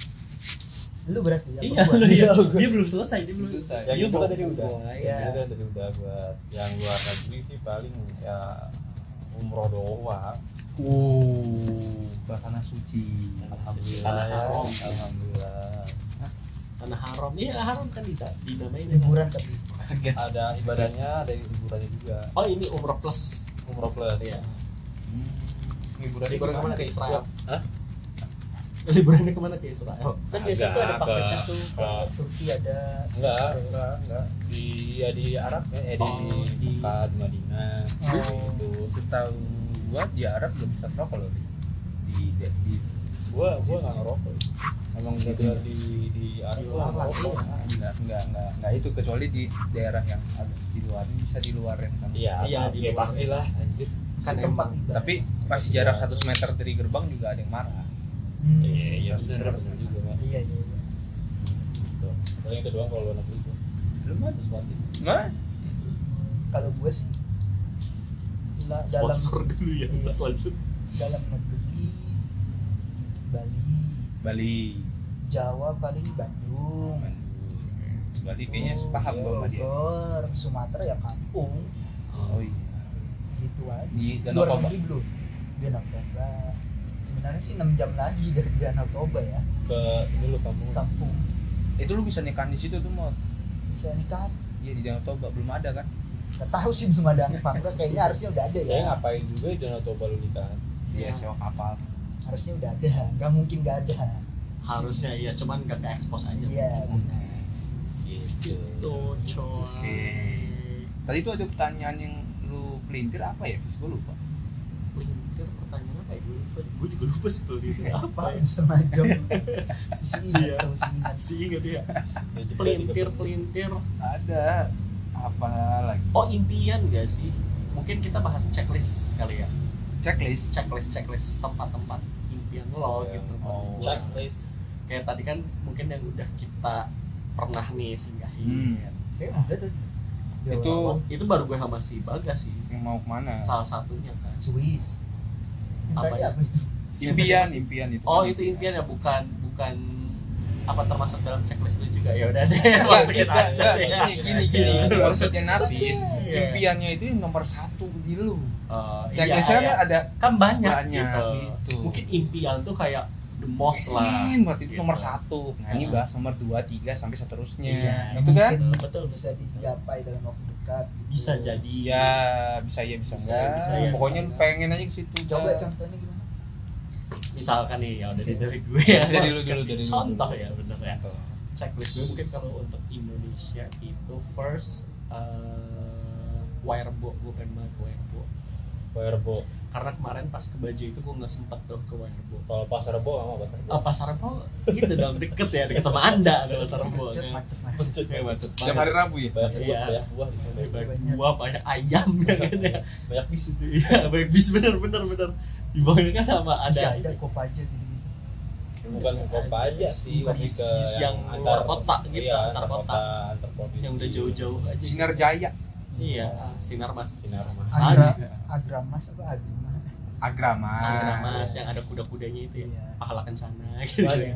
Lu berarti ya?
Iya,
apa gua?
lu ya.
Iya, gua.
Dia belum selesai, dia belum
Selesai.
Yang
Dia
itu
bawa
kan tadi udah.
gua,
Iya.
Yang itu kan tadi udah buat yang luar negeri sih paling ya umroh doang.
Uh, ke tanah suci.
Alhamdulillah.
Tanah
ya.
haram.
Alhamdulillah.
Tanah haram. Iya, haram kan tidak dinamain
Liburan tapi.
Kaget.
Ada ibadahnya, ada hiburannya juga.
Oh, ini umroh plus.
Umroh plus.
Iya.
Liburan
Liburan kemana ke Israel?
Hah?
Liburannya kemana ke Israel?
Kan biasanya tuh ada
Agak,
paketnya
agak.
tuh ke
Ah.
Turki ada.
Enggak, enggak, enggak. Di ya di Arab ya, eh, di
Oh, di-
Mekah, di Madinah.
Oh.
Gitu.
Setahu gua di Arab belum bisa rokok loh di di, di, di
Gua gua enggak ngerokok. Emang benar di di Arab gua nggak ngerokok.
enggak enggak enggak enggak itu kecuali di daerah yang agak di luar bisa di luar yang kan.
Iya,
Iya,
iya,
di
ya
luar.
pastilah anjir.
Kan
Kan tempat
emang.
ibadah.
Tapi masih jarak seratus meter dari gerbang juga ada yang marah.
Hmm.
Iya, iya benar benar juga, Mas.
Iya iya iya.
Gitu. Paling itu doang kalau luar negeri gua.
Belum ada
Mati.
Mah?
Kalau gue sih la- dalam
Sponsor dulu ya,
Iya.
terus lanjut.
dalam negeri Bali,
Bali.
Jawa paling Bandung,
Bali kayaknya sepaham gua sama dia.
Bogor, Sumatera ya kampung,
Oh iya.
gitu aja.
Di Danau
Luar
Toba.
negeri belum. Danau Toba. Sebenarnya sih enam jam lagi dari Danau Toba ya.
Ke ini lu kamu.
Kampung
Itu lu bisa nikahan di situ tuh mau.
bisa nikah.
Iya di Danau Toba belum ada kan?
Gak tahu sih belum ada apa enggak, kayaknya harusnya udah ada
Saya
ya.
ngapain juga di Danau Toba lu nikahan?
Iya
Iya.
sewa kapal.
Harusnya udah ada, nggak mungkin nggak ada.
Harusnya iya, cuman gak ke expose aja.
Iya, benar.
Gitu.
Tuh, coy.
Sih. Tadi tuh ada pertanyaan yang lu pelintir apa ya? Fis gua lupa.
Pelintir pertanyaan apa ya? Gue lupa. Gue juga lupa sih pelintir apa ya.
Setengah jam. Si ingat
Iya.
tuh, si ingat.
Sih inget ya.
Ya, jeda
Pelintir,
tiga
pelintir.
Ada apa lagi?
Oh, impian gak sih? Mungkin kita bahas checklist kali ya.
Checklist.
Checklist, checklist tempat-tempat impian lo
Iya.
gitu.
Oh.
Buat-
checklist.
Kayak tadi kan mungkin yang udah kita pernah nih singgahin.
Hmm.
Kayak udah tuh. Di
Itu
awal-awal.
Itu baru gue sama si Bagas sih.
yang mau kemana?
Salah satunya kan.
Swiss. Yang
Apa
tadi
ya?
apa itu?
Impian, impian itu.
Oh, itu impian ya, bukan bukan apa termasuk dalam checklist lu juga. Ya udah deh,
Ya,
masukin
kita,
aja
ya,
ya.
gini, gini, gini. Maksudnya Nafis,
Iya.
impiannya itu yang nomor satu di lu.
Oh,
Checklistnya
iya,
kan
iya.
ada
Kan banyak,
banyak
gitu.
gitu.
Mungkin impian tuh kayak the most lah.
Ingin buat itu
Gitu.
nomor satu. Nah ini
Heeh.
bahas nomor dua, tiga sampai seterusnya.
Iya,
Itu kan?
Mungkin
Betul,
bisa
betul.
digapai dalam waktu dekat. gitu.
Bisa jadi.
Ya bisa ya bisa,
Bisa,
enggak.
bisa ya,
Pokoknya
bisa
lu
enggak.
pengen aja ke situ.
Coba
dah.
contohnya gimana?
Misalkan nih, ya udah dari, dari gue ya.
Dari lu
Harus
dulu,
kasih
dari lu
contoh
dulu.
ya, bener ya.
Tuh.
Checklist gue mungkin kalau untuk Indonesia itu first uh, Wirebo, gue pengen banget ke Wirebo.
Wirebo.
Karena kemarin pas ke Bajo itu gue nggak sempet tuh ke Wirebo.
Kalau Pasar Rebo sama Pasar Rebo.
Oh, Pasar Rebo gitu dong, deket ya, deket sama Anda ada Pasar Rebo.
Macet,
kan.
macet, macet.
Ya, macet
Setiap hari
banget.
Rabu ya.
Banyak buah,
Iya.
banyak buah di sana.
Banyak
Banyak.
buah, banyak ayam ya kan ya.
Banyak bis itu.
Iya, banyak bis, bener bener bener. Di bawahnya kan sama
Masih
ada
ada Kopaja gitu-gitu.
Bukan kota aja sih,
Bukan
lebih
bis-
ke
bis yang luar kota gitu,
iya,
antar kota.
antar provinsi.
yang udah jauh-jauh aja.
Sinar Jaya,
Iya, Sinar Mas.
Sinar Mas.
Agra, Agramas apa Agrima?
Agrama.
Agramas yang ada kuda-kudanya itu ya.
Iya.
Pahala kencana gitu.
Iya.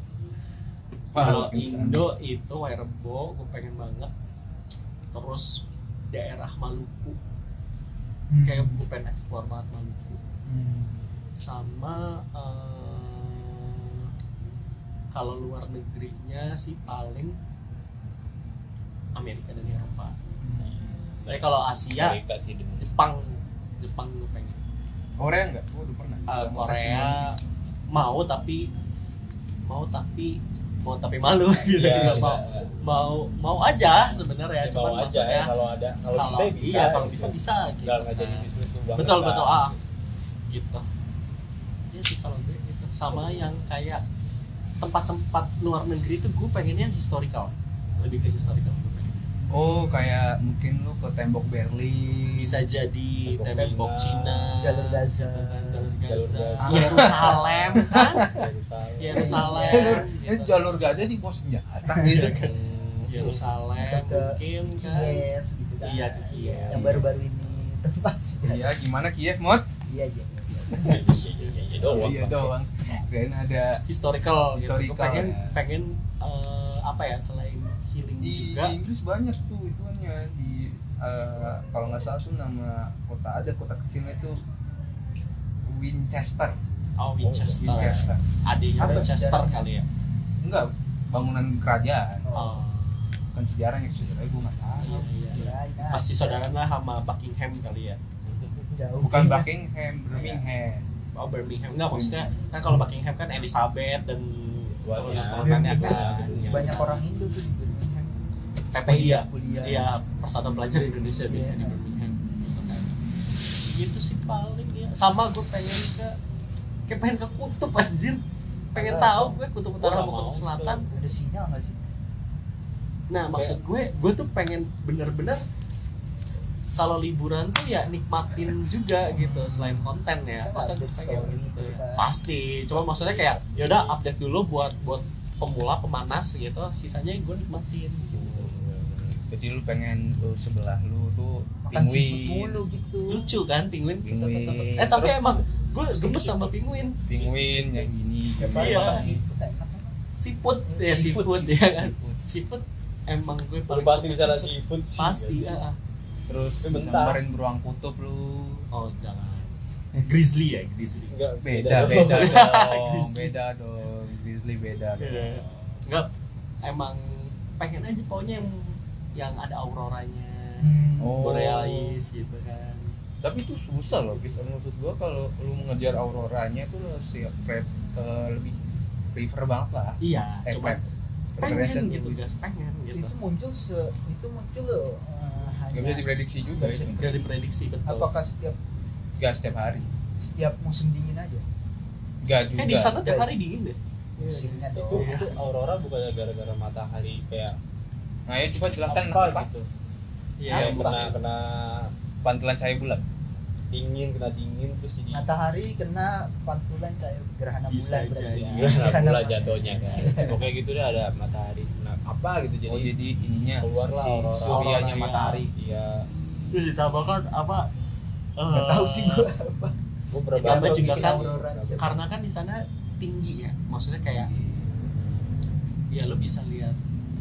Kalau
Pahala
Indo itu Wirebo, gue pengen banget. Terus daerah Maluku,
Hmm.
kayak gue pengen explore banget Maluku.
Hmm.
Sama eh, kalau luar negerinya sih paling Amerika dan Eropa. Tapi kalau Asia,
Amerika sih di
Jepang, Jepang gue pengen.
Korea enggak? Gua udah pernah.
Eh,
Mau
Korea
testimoni.
mau tapi mau tapi mau tapi malu gitu.
Iya,
Nggak mau
iya.
mau mau aja sebenarnya,
Ya,
cuman
mau aja
maksudnya
ya kalau ada kalau
kalau
bisa ya bisa.
iya kalau bisa bisa gitu.
Enggak enggak jadi
Nah,
bisnis lu banget.
betul
kan.
betul ah gitu ya sih kalau gue gitu. Sama yang kayak tempat-tempat luar negeri itu gue pengennya yang historical, lebih ke historical gue pengen.
Oh, kayak mungkin lu ke tembok Berlin.
Bisa jadi
Tembok
tembok
Cina,
Cina,
Jalur Gaza.
gitu kan, jalur
Jalur
Gaza,
Gaza.
Yerusalem kan,
Yerusalem.
Yerusalem,
Jalur,
gitu.
eh, jalur Gaza di pos senjata gitu kan.
Yerusalem
Ke
mungkin kan.
Kiev gitu. kan.
Iya, iya.
Yang baru-baru ini tempat sejarah.
Iya, gimana Kiev, Mot?
Iya, iya.
Iya doang.
Iya doang. Kirain ada
Historical,
Historical,
gitu. Gua pengen
ya.
pengen eh, apa ya, selain healing
di,
juga
di Inggris banyak tuh ituannya di eh, kalau nggak salah tuh nama kota ada kota kecilnya itu Winchester.
oh Winchester,
Winchester.
adanya
Apa
Winchester
sejarahnya?
kali ya.
Enggak, bangunan kerajaan.
Oh,
Kan sejarahnya sejarahnya gue nggak tahu.
iya, iya.
Kirain aja.
Pasti saudara lah sama Buckingham kali ya.
Jauh.
Bukan Buckingham, Birmingham.
Oh Birmingham, enggak maksudnya kan kalau Buckingham kan Elizabeth dan
Banyak.
keturunannya kan.
Banyak.
Banyak orang Indo tuh di Birmingham.
P P I ya,
Kuliah.
iya persatuan pelajar Indonesia biasa
Iya.
di Birmingham. Gitu kan. Gitu sih paling ya. Sama gue pengen ke, kayak pengen ke kutub anjir. Pengen
Apa?
tahu gue kutub utara
Gua
sama kutub
mau
selatan.
Ada sinyal nggak sih?
Nah maksud gue, gue tuh pengen bener-bener kalau liburan tuh ya nikmatin juga gitu selain konten ya.
Bisa
Masa gue
update
pengen
story
gitu.
gitu kan.
Pasti. Cuma maksudnya kayak yaudah update dulu buat buat pemula pemanas gitu. Sisanya gue nikmatin. Gitu.
Jadi lu pengen tuh sebelah lu tuh
Makan seafood
penguin,
mulu gitu.
Lucu kan penguin?
Penguin.
Eh tapi
Terus-
emang gue gemes sama penguin.
penguin yang gini.
Ya
gini.
paling
Iya.
makan seafood enak.
Seafood ya
Seafood,
seafood,
seafood,
ya kan.
seafood.
Seafood emang gue
Lu
paling
pasti
suka
bisa lah
seafood.
seafood sih.
Pasti
nggak sih?
ya.
Terus
Tapi bentar.
disamperin beruang kutub lu.
Oh jangan. Grizzly ya grizzly.
Enggak
Beda, beda
dong.
dong.
Grizzly.
Beda dong. Grizzly beda dong.
Enggak, emang pengen aja pokoknya yang yang ada auroranya,
Hmm.
Oh.
borealis gitu kan.
Tapi itu susah loh, bisa maksud gua kalau lu mengejar auroranya tuh lu harus siap prep eh, lebih prefer banget lah.
Iya,
Eh,
cuma
prep.
pengen
Preparation
gitu
dulu.
guys, pengen gitu.
Itu muncul se itu muncul loh eh, hanya
Gak bisa diprediksi juga
Nggak bisa
itu.
Gak diprediksi betul.
apakah setiap
Gak setiap hari.
setiap musim dingin aja?
Gak juga.
Kayak di sana tiap hari dingin deh.
Musimnya
Itu
dong.
itu aurora bukannya gara-gara matahari kayak
Nah, ya coba jelaskan
apa
apa?
gitu.
Iya,
Kayak
yang
kena
bukan.
kena
Pantulan cahaya bulan.
dingin, kena dingin terus jadi
Matahari kena pantulan cahaya gerhana
Bisa
bulan berarti.
jadi.
Iya,
Gerhana
pula
bulan.
jatuhnya kan. Pokoknya gitu deh ada matahari kena apa gitu jadi
Oh, jadi ininya
keluarlah
si
aurora.
suryanya
Aurora,
matahari.
Iya.
Terus ditambahkan apa?
Nggak tahu sih gua apa.
Gua pernah
Ditambah
baca
juga
bikin
kan
aurora di-
karena kan di sana tinggi ya. Maksudnya kayak ya lo bisa lihat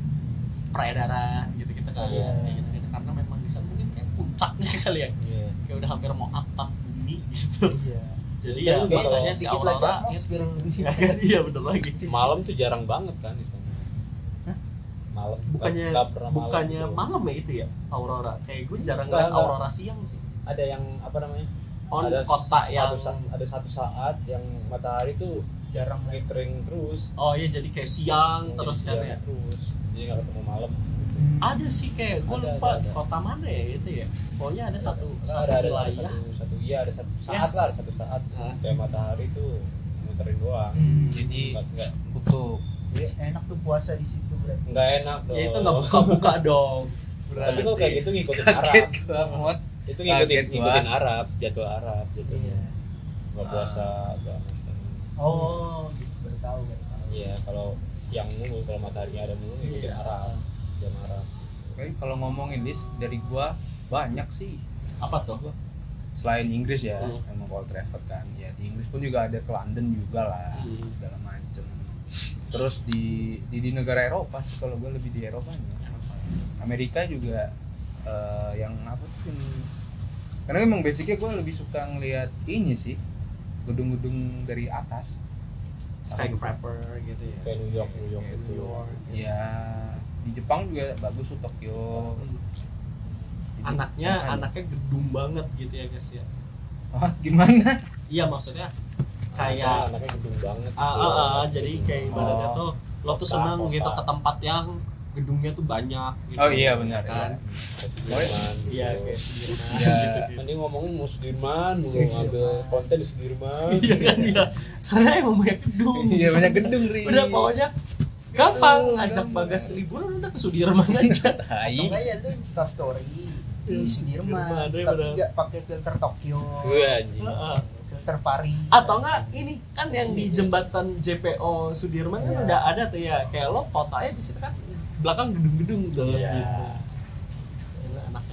peredaran gitu-gitu kan.
Iya.
Kayak gitu gitu karena memang di sana mungkin kayak puncaknya kali ya.
Iya.
Kayak udah hampir mau atap bumi gitu.
Iya.
Jadi
Saya
ya
juga
makanya
kalau
si
Dikit lagi
aurora
atmosfer
gitu. Iya bener lagi.
Malam tuh jarang banget kan di sana.
Hah?
Malam.
Bukannya
Nggak pernah malam
bukannya
gitu.
malam ya itu ya aurora. Kayak gue jarang
Nggak,
lihat
nggak.
aurora siang sih.
Ada yang apa namanya?
On
ada
kota
satu
yang
sa- ada satu saat yang matahari tuh
jarang lagi.
ngitring terus.
oh iya jadi kayak siang
Jadi
terus kan
siang
ya.
terus. Jadi nggak ketemu malam.
Ada sih kayak gue
Ada,
lupa
ada,
di
ada.
kota mana ya itu ya. Pokoknya ada satu
Nah,
satu
ada ada
wilayah.
satu satu iya ada satu saat
Yes.
lah ada satu saat
Hah?
kayak matahari tuh muterin doang.
Hmm.
Jadi
Nggak nggak
kutub.
Ya, enak tuh puasa di situ berarti.
nggak enak dong.
Ya itu nggak buka-buka dong.
Tapi kalau kayak gitu ngikutin Arab.
Kaget gua, Mot.
Itu ngikutin
Kaget gua.
ngikutin Arab, jadwal Arab gitu.
Iya.
Nggak puasa segala macam.
Oh, gitu baru tahu baru tahu.
Iya, kalau siang mulu, kalau mataharinya ada mulu ngikutin
Iya.
Arab, jam Arab.
Oke, kalau ngomongin list dari gua banyak sih.
Apa tuh?
Selain Inggris ya,
Hmm.
emang kalau travel kan. Ya di Inggris pun juga ada ke London juga lah,
Hmm.
segala macem. Terus di, di di negara Eropa sih kalau gua lebih di Eropanya. Amerika juga eh, yang apa tuh? yang- Karena memang basicnya gua lebih suka ngelihat ini sih, gedung-gedung dari atas.
Skyscraper gitu ya.
Kayak New York, New York
Kayak
gitu.
New York.
Ya di Jepang juga bagus tuh Tokyo. Jadi,
Anaknya
makanya.
anaknya gedung banget gitu ya guys ya.
Ah, gimana?
Iya maksudnya
Anaknya-
kayak
anaknya gedung banget.
ah,
gitu.
ah, ah, jadi kayak ibaratnya
Oh.
tuh lo tuh
Kota,
senang
kota.
gitu ke tempat yang gedungnya tuh banyak gitu.
Oh iya benar
kan.
Sudirman gitu.
Iya kayak Sudirman
Iya.
gitu.
Nanti ngomongin mau Sudirman, mau
Sudirman.
ngambil konten di Sudirman.
Iya kan iya. Karena emang banyak gedung.
Iya banyak gedung Ri.
Udah pokoknya gampang
Gedung,
ngajak
gampang.
Bagas ke liburan udah ke Sudirman aja.
Tai.
Atau enggak ya lu Insta story di Sudirman,
Sudirman, ya
tapi
benar.
enggak pakai filter Tokyo,
Gue anjing.
Heeh.
filter Paris.
Atau enggak ini kan yang di jembatan J P O Sudirman kan
Iya.
udah ada tuh ya kayak lo fotonya di situ kan belakang gedung-gedung tuh
Iya.
gitu. Gila, anaknya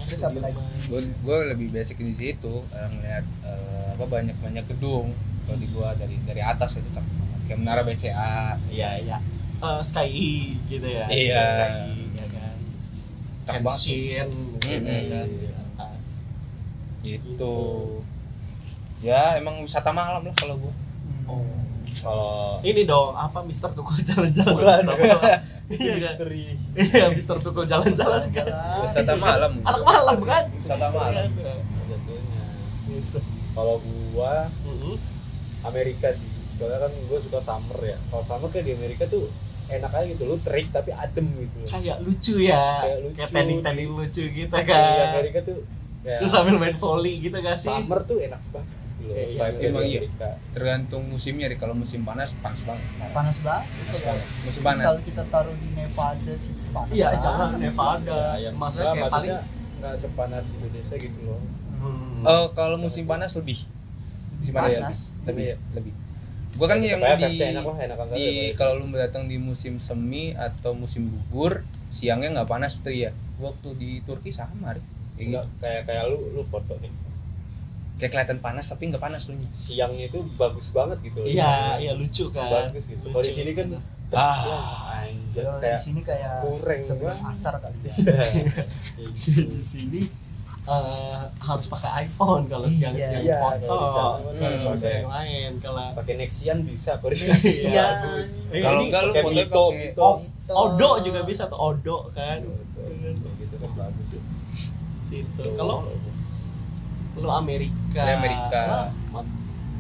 Terus apa lagi?
gue gue lebih basic di situ, eh, ngeliat eh, apa banyak banyak gedung kalau di gua dari dari atas itu cakep banget kayak menara B C A.
Iya iya. Eh, Sky gitu ya.
Iya.
Sky ya kan.
Cakep banget.
Kenshin gitu
Mm-mm.
ya kan di atas.
Gitu. Ya emang wisata malam lah kalau gua.
Oh.
Kalau
Ini dong, apa Mister Tukul jalan-jalan.
Bukan.
Iya kan?
misteri
Iya, Mister Tukul jalan-jalan.
Jalan-jalan.
Wisata malam.
Anak malam kan?
Wisata malam.
jatuhnya. Kalau gua
Mm-mm.
Amerika sih, soalnya kan gua suka summer ya. Kalau summer kayak di Amerika tuh enak aja gitu, lu terik tapi adem gitu loh.
Kayak lucu ya.
Kayak lucu.
Kayak teknik-teknik lucu gitu
Di
kan.
Amerika tuh kayak
Terus sambil main volley gitu gak sih?
summer tuh enak banget gitu loh.
Iya, iya.
Vibe-nya
Emang
di
iya.
Amerika.
Tergantung musimnya deh. Kalau musim panas panas banget.
Panas banget.
Panas
Kalau
banget. Musim panas.
misal kita taruh di Nevada sih panas.
Iya,
banget.
jangan Nevada.
Ya,
Maksudnya
enggak,
kayak paling
maksudnya nggak sepanas Indonesia gitu loh.
Hmm.
Oh, kalau musim panas lebih. Musim panas ya
Panas.
lebih. Lebih.
Iya.
lebih. Gua kan yang
Supaya
di
vibes-nya enak lah, enakan kali
di
ya,
kalau lu datang di musim semi atau musim gugur, siangnya nggak panas tuh ya. Waktu di Turki sama, Rik. Kayak
Enggak,
gitu.
kayak kayak lu lu foto nih.
Kayak kelihatan panas tapi nggak panas lu.
Siangnya itu bagus banget gitu loh.
Iya, iya lucu kan.
Bagus gitu. Kalau di
Lucu.
sini kan
Ah.
wah, anjir
Kalau di
kayak
sini kayak
kurang
sebelum
banget.
asar kali ya.
Di sini eh, harus pakai iPhone kalau
Iya.
siang-siang
Iya,
foto.
kalau di sana
Kalau
kan
nggak bisa
pakai-
yang lain. Kalau
pakai Nexian bisa, kalau di
Iya.
sini bagus.
Eh,
Kalau
ini
enggak lu
pakai
fotonya
Mito,
pakai
Mito.
Odo juga bisa tuh Odo kan.
Kayak gitu kan bagus.
Situ. Kalau lu Amerika.
Lu Amerika.
Lah, mat-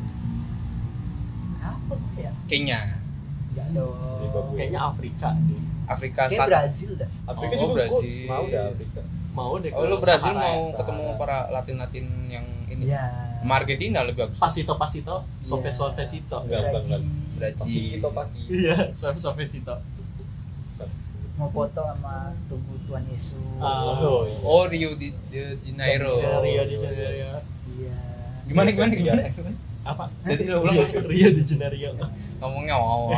Apa ya?
Kenya,
Ya dong.
Zimbabwe.
kayaknya Afrika deh.
Afrika
Kayak
Selatan.
Brazil dah.
Afrika
Oh,
juga gua
Brazil.
mau dah Afrika.
Mau deh
Oh,
ke
lu Brazil
Sahara
mau
ya.
ketemu para Latin-Latin yang ini.
Iya.
Sama Argentina lebih bagus.
Pasito pasito, sove
Iya.
suavecito.
Enggak, enggak, enggak.
Brazil.
Paki kita paki.
Iya, suave suavecito.
Mau foto sama tubuh Tuhan Yesus.
Ah.
Oh, iya.
Oh, Rio de, de Janeiro.
Ke Rio de Janeiro.
Iya.
Gimana gimana
Iya.
gimana?
Apa?
Jadi lu ulang
Rio de Janeiro.
ngomongnya wow.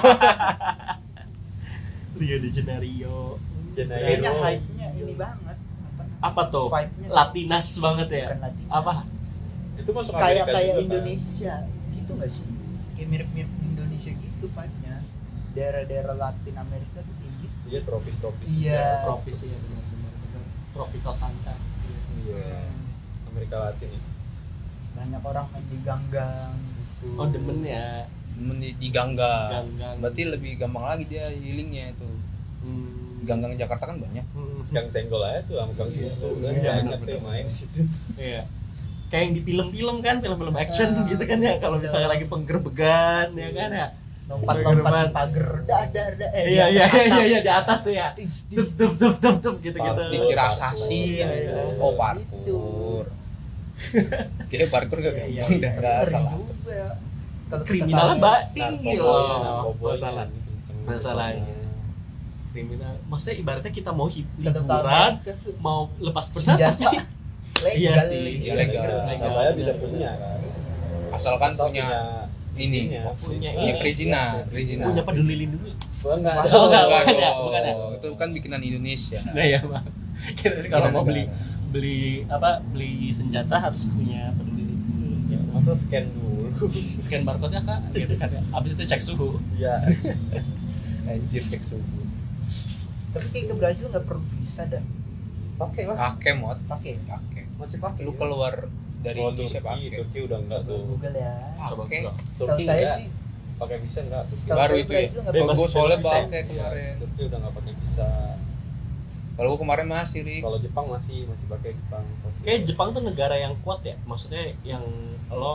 Rio de Janeiro.
Kayaknya
Janeiro.
hype-nya ini banget. Apa?
Apa tuh?
Vibe-nya
Latinas banget ya.
Bukan Latin.
Apa?
Itu masuk
Kayak
Amerika
kayak
juga, kan?
Indonesia gitu nggak sih? Kayak mirip-mirip Indonesia gitu vibe-nya. Daerah-daerah Latin Amerika tuh kayak gitu.
Iya, tropis-tropis.
Iya.
Tropis ya benar-benar. benar. Tropical sunset.
Iya. Amerika Latin ya.
Banyak orang main di ganggang gitu.
Oh demen ya.
Di, di ganggang.
Ganggang.
Berarti lebih gampang lagi dia healingnya itu.
Hmm.
Ganggang Jakarta kan banyak.
Hmm.
Gang senggol aja tuh sama gang
Iya,
itu
iya,
udah
iya,
banyak
bener-bener.
tuh main di situ.
Iya. Kayak yang di film-film kan, film-film action
Ah,
gitu kan ya. Kalau misalnya lagi penggerbegan ya kan ya.
Lompat-lompat di pagar. Dah, dah, dah. Eh,
Iya
di
iya
atas
iya
atap.
iya di atas tuh ya.
Tis, tis,
Duf duf duf duf duf gitu gitu.
Parkour.
Dikira assassin.
Iya, iya.
Oh, parkour. Kayak parkour gak
Iya,
gampang
iya.
dah, enggak
Ngeri
salah.
juga ya. Kalau kita
Kriminalnya
tahu-
mbak tinggi
Narkoba,
loh.
narkoba,
Masalah.
gitu.
Masalahnya. Kriminal. Maksudnya ibaratnya kita mau hip
Kalau tahu
liburan,
Amerika tuh
mau lepas penat
senjata
tapi
legal.
Iya sih.
Iya, legal.
Legal.
Supaya bisa punya kan.
Asalkan
Asal
punya ini,
izinnya.
punya
punya
ini.
perizinan, perizinan.
punya peduli lindungi.
Gua enggak ada.
Oh, enggak,
Bukan
bukan ya,
dong.
bukan ya.
Itu kan bikinan Indonesia.
Nah ya bang. Kira-kira kalau mau beli
Negara.
beli apa beli senjata harus punya peduli lindungi.
Ya, masa scan dulu.
Scan barcode nya kak, gitu kan ya. Abis itu cek suhu.
Iya.
Anjir cek suhu.
Tapi kayak ke Brazil nggak perlu visa dah.
Pakai lah.
Pakai mod,
Pakai.
pakai.
Masih pakai.
Lu keluar dari
Oh,
Indonesia
Turki,
pakai.
Turki udah enggak tuh.
Google ya.
Coba
Pakai.
buka.
Setahu
Turki
saya
enggak.
sih.
Pakai visa enggak? Turki.
Setahu
Baru
saya
itu ya?
Brazil nggak
Bebas,
perlu
Gue soalnya
bebas
pakai
Iya,
kemarin.
Turki udah enggak pakai visa.
Kalau gue kemarin masih, Rik.
Kalau Jepang masih masih pakai Jepang.
Kayak Jepang tuh negara yang kuat ya. Maksudnya yang lo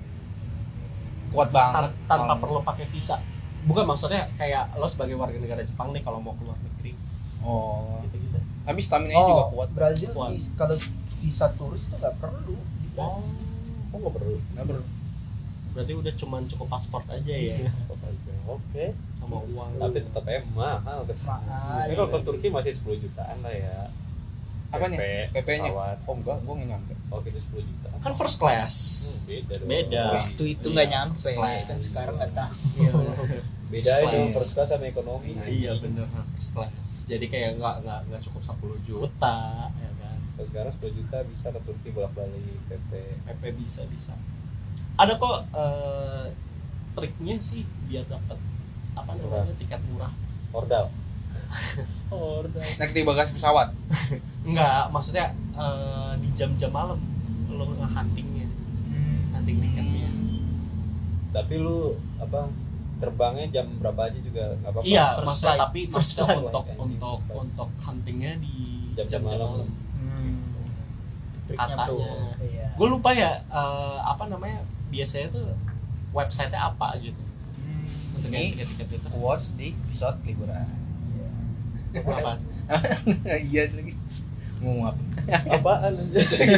Kuat banget.
tan- tanpa
Kalau-
perlu pakai visa. Bukan maksudnya kayak lo sebagai warga negara Jepang nih kalau mau keluar negeri
Oh.
gitu-gitu.
Tapi stamina nya juga kuat.
Brazil
Kuat.
vis- kalau visa turis tuh nggak perlu di Brazil.
Oh, enggak perlu.
Nggak perlu.
Berarti udah cuman cukup paspor aja ya
Iya.
Oke.
sama uang.
Tapi tetap em mahal ke
Mahal.
Saya kalau ke Turki masih sepuluh jutaan lah ya.
Apanya?
P P,
P P-nya?
pesawat.
Oh enggak, gue nggak nyampe.
Oh, gitu sepuluh juta.
Kan first class.
Hmm, beda dong.
Beda.
Waktu itu
Iya,
nggak nyampe.
first class.
Kan sekarang nggak tahu.
Iya.
Beda
First
itu
class.
first class sama ekonomi.
Iya bener first class. Jadi kayak nggak nggak nggak cukup sepuluh juta ya kan.
Kalau sekarang sepuluh juta bisa ke Turki bolak-balik P P.
P P bisa bisa. Ada kok eh, triknya sih biar dapat apa namanya tiket murah.
Ordal. Ordal.
Naik di bagasi pesawat.
Enggak, maksudnya eh, di jam-jam malam lo nge-huntingnya, hunting tiketnya.
Tapi lu apa terbangnya jam berapa aja juga nggak apa-apa.
Iya,
First
maksudnya
flight.
tapi
First
maksudnya
flight.
untuk
Flight,
untuk
anjing.
untuk huntingnya di
Jam-jam
jam-jam
malam.
malam.
Hmm. Triknya
Katanya.
bro. Iya.
Gue lupa ya eh, apa namanya biasanya tuh website-nya apa gitu. Untuk
Ini
yang tiket-tiket itu.
Watch di episode liburan.
Iya.
Apa?
Iya lagi. Ngomong apa?
Apaan aja.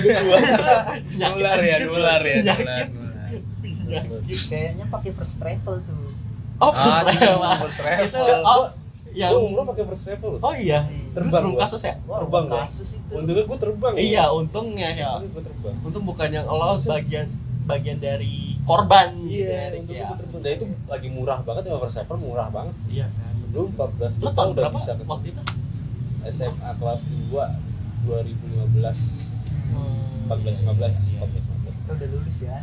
Nular ya, nular ya,
Penyakit.
nular. nular.
Kayaknya pakai first travel tuh.
Oh,
Ah,
first
di
travel.
first travel.
Itu oh yang
Lu umroh pakai first travel.
oh iya. Terus
Terbang
sebelum
gua.
kasus ya?
Wah,
Terbang gua.
kasus itu.
Untungnya gue terbang.
Iya, untungnya ya.
Untungnya gue terbang.
Untung bukan yang lo bagian bagian dari korban gitu
Iya,
ya.
untungnya
Iya.
gue terbang. Dan itu lagi murah banget ya first travel murah banget sih.
Iya kan.
Lu empat belas
Lo
juta
tahun
udah
berapa
bisa ke
waktu itu?
S M A kelas dua dua ribu lima belas empat belas lima belas
Iya,
empat belas lima belas
Kita udah lulus ya.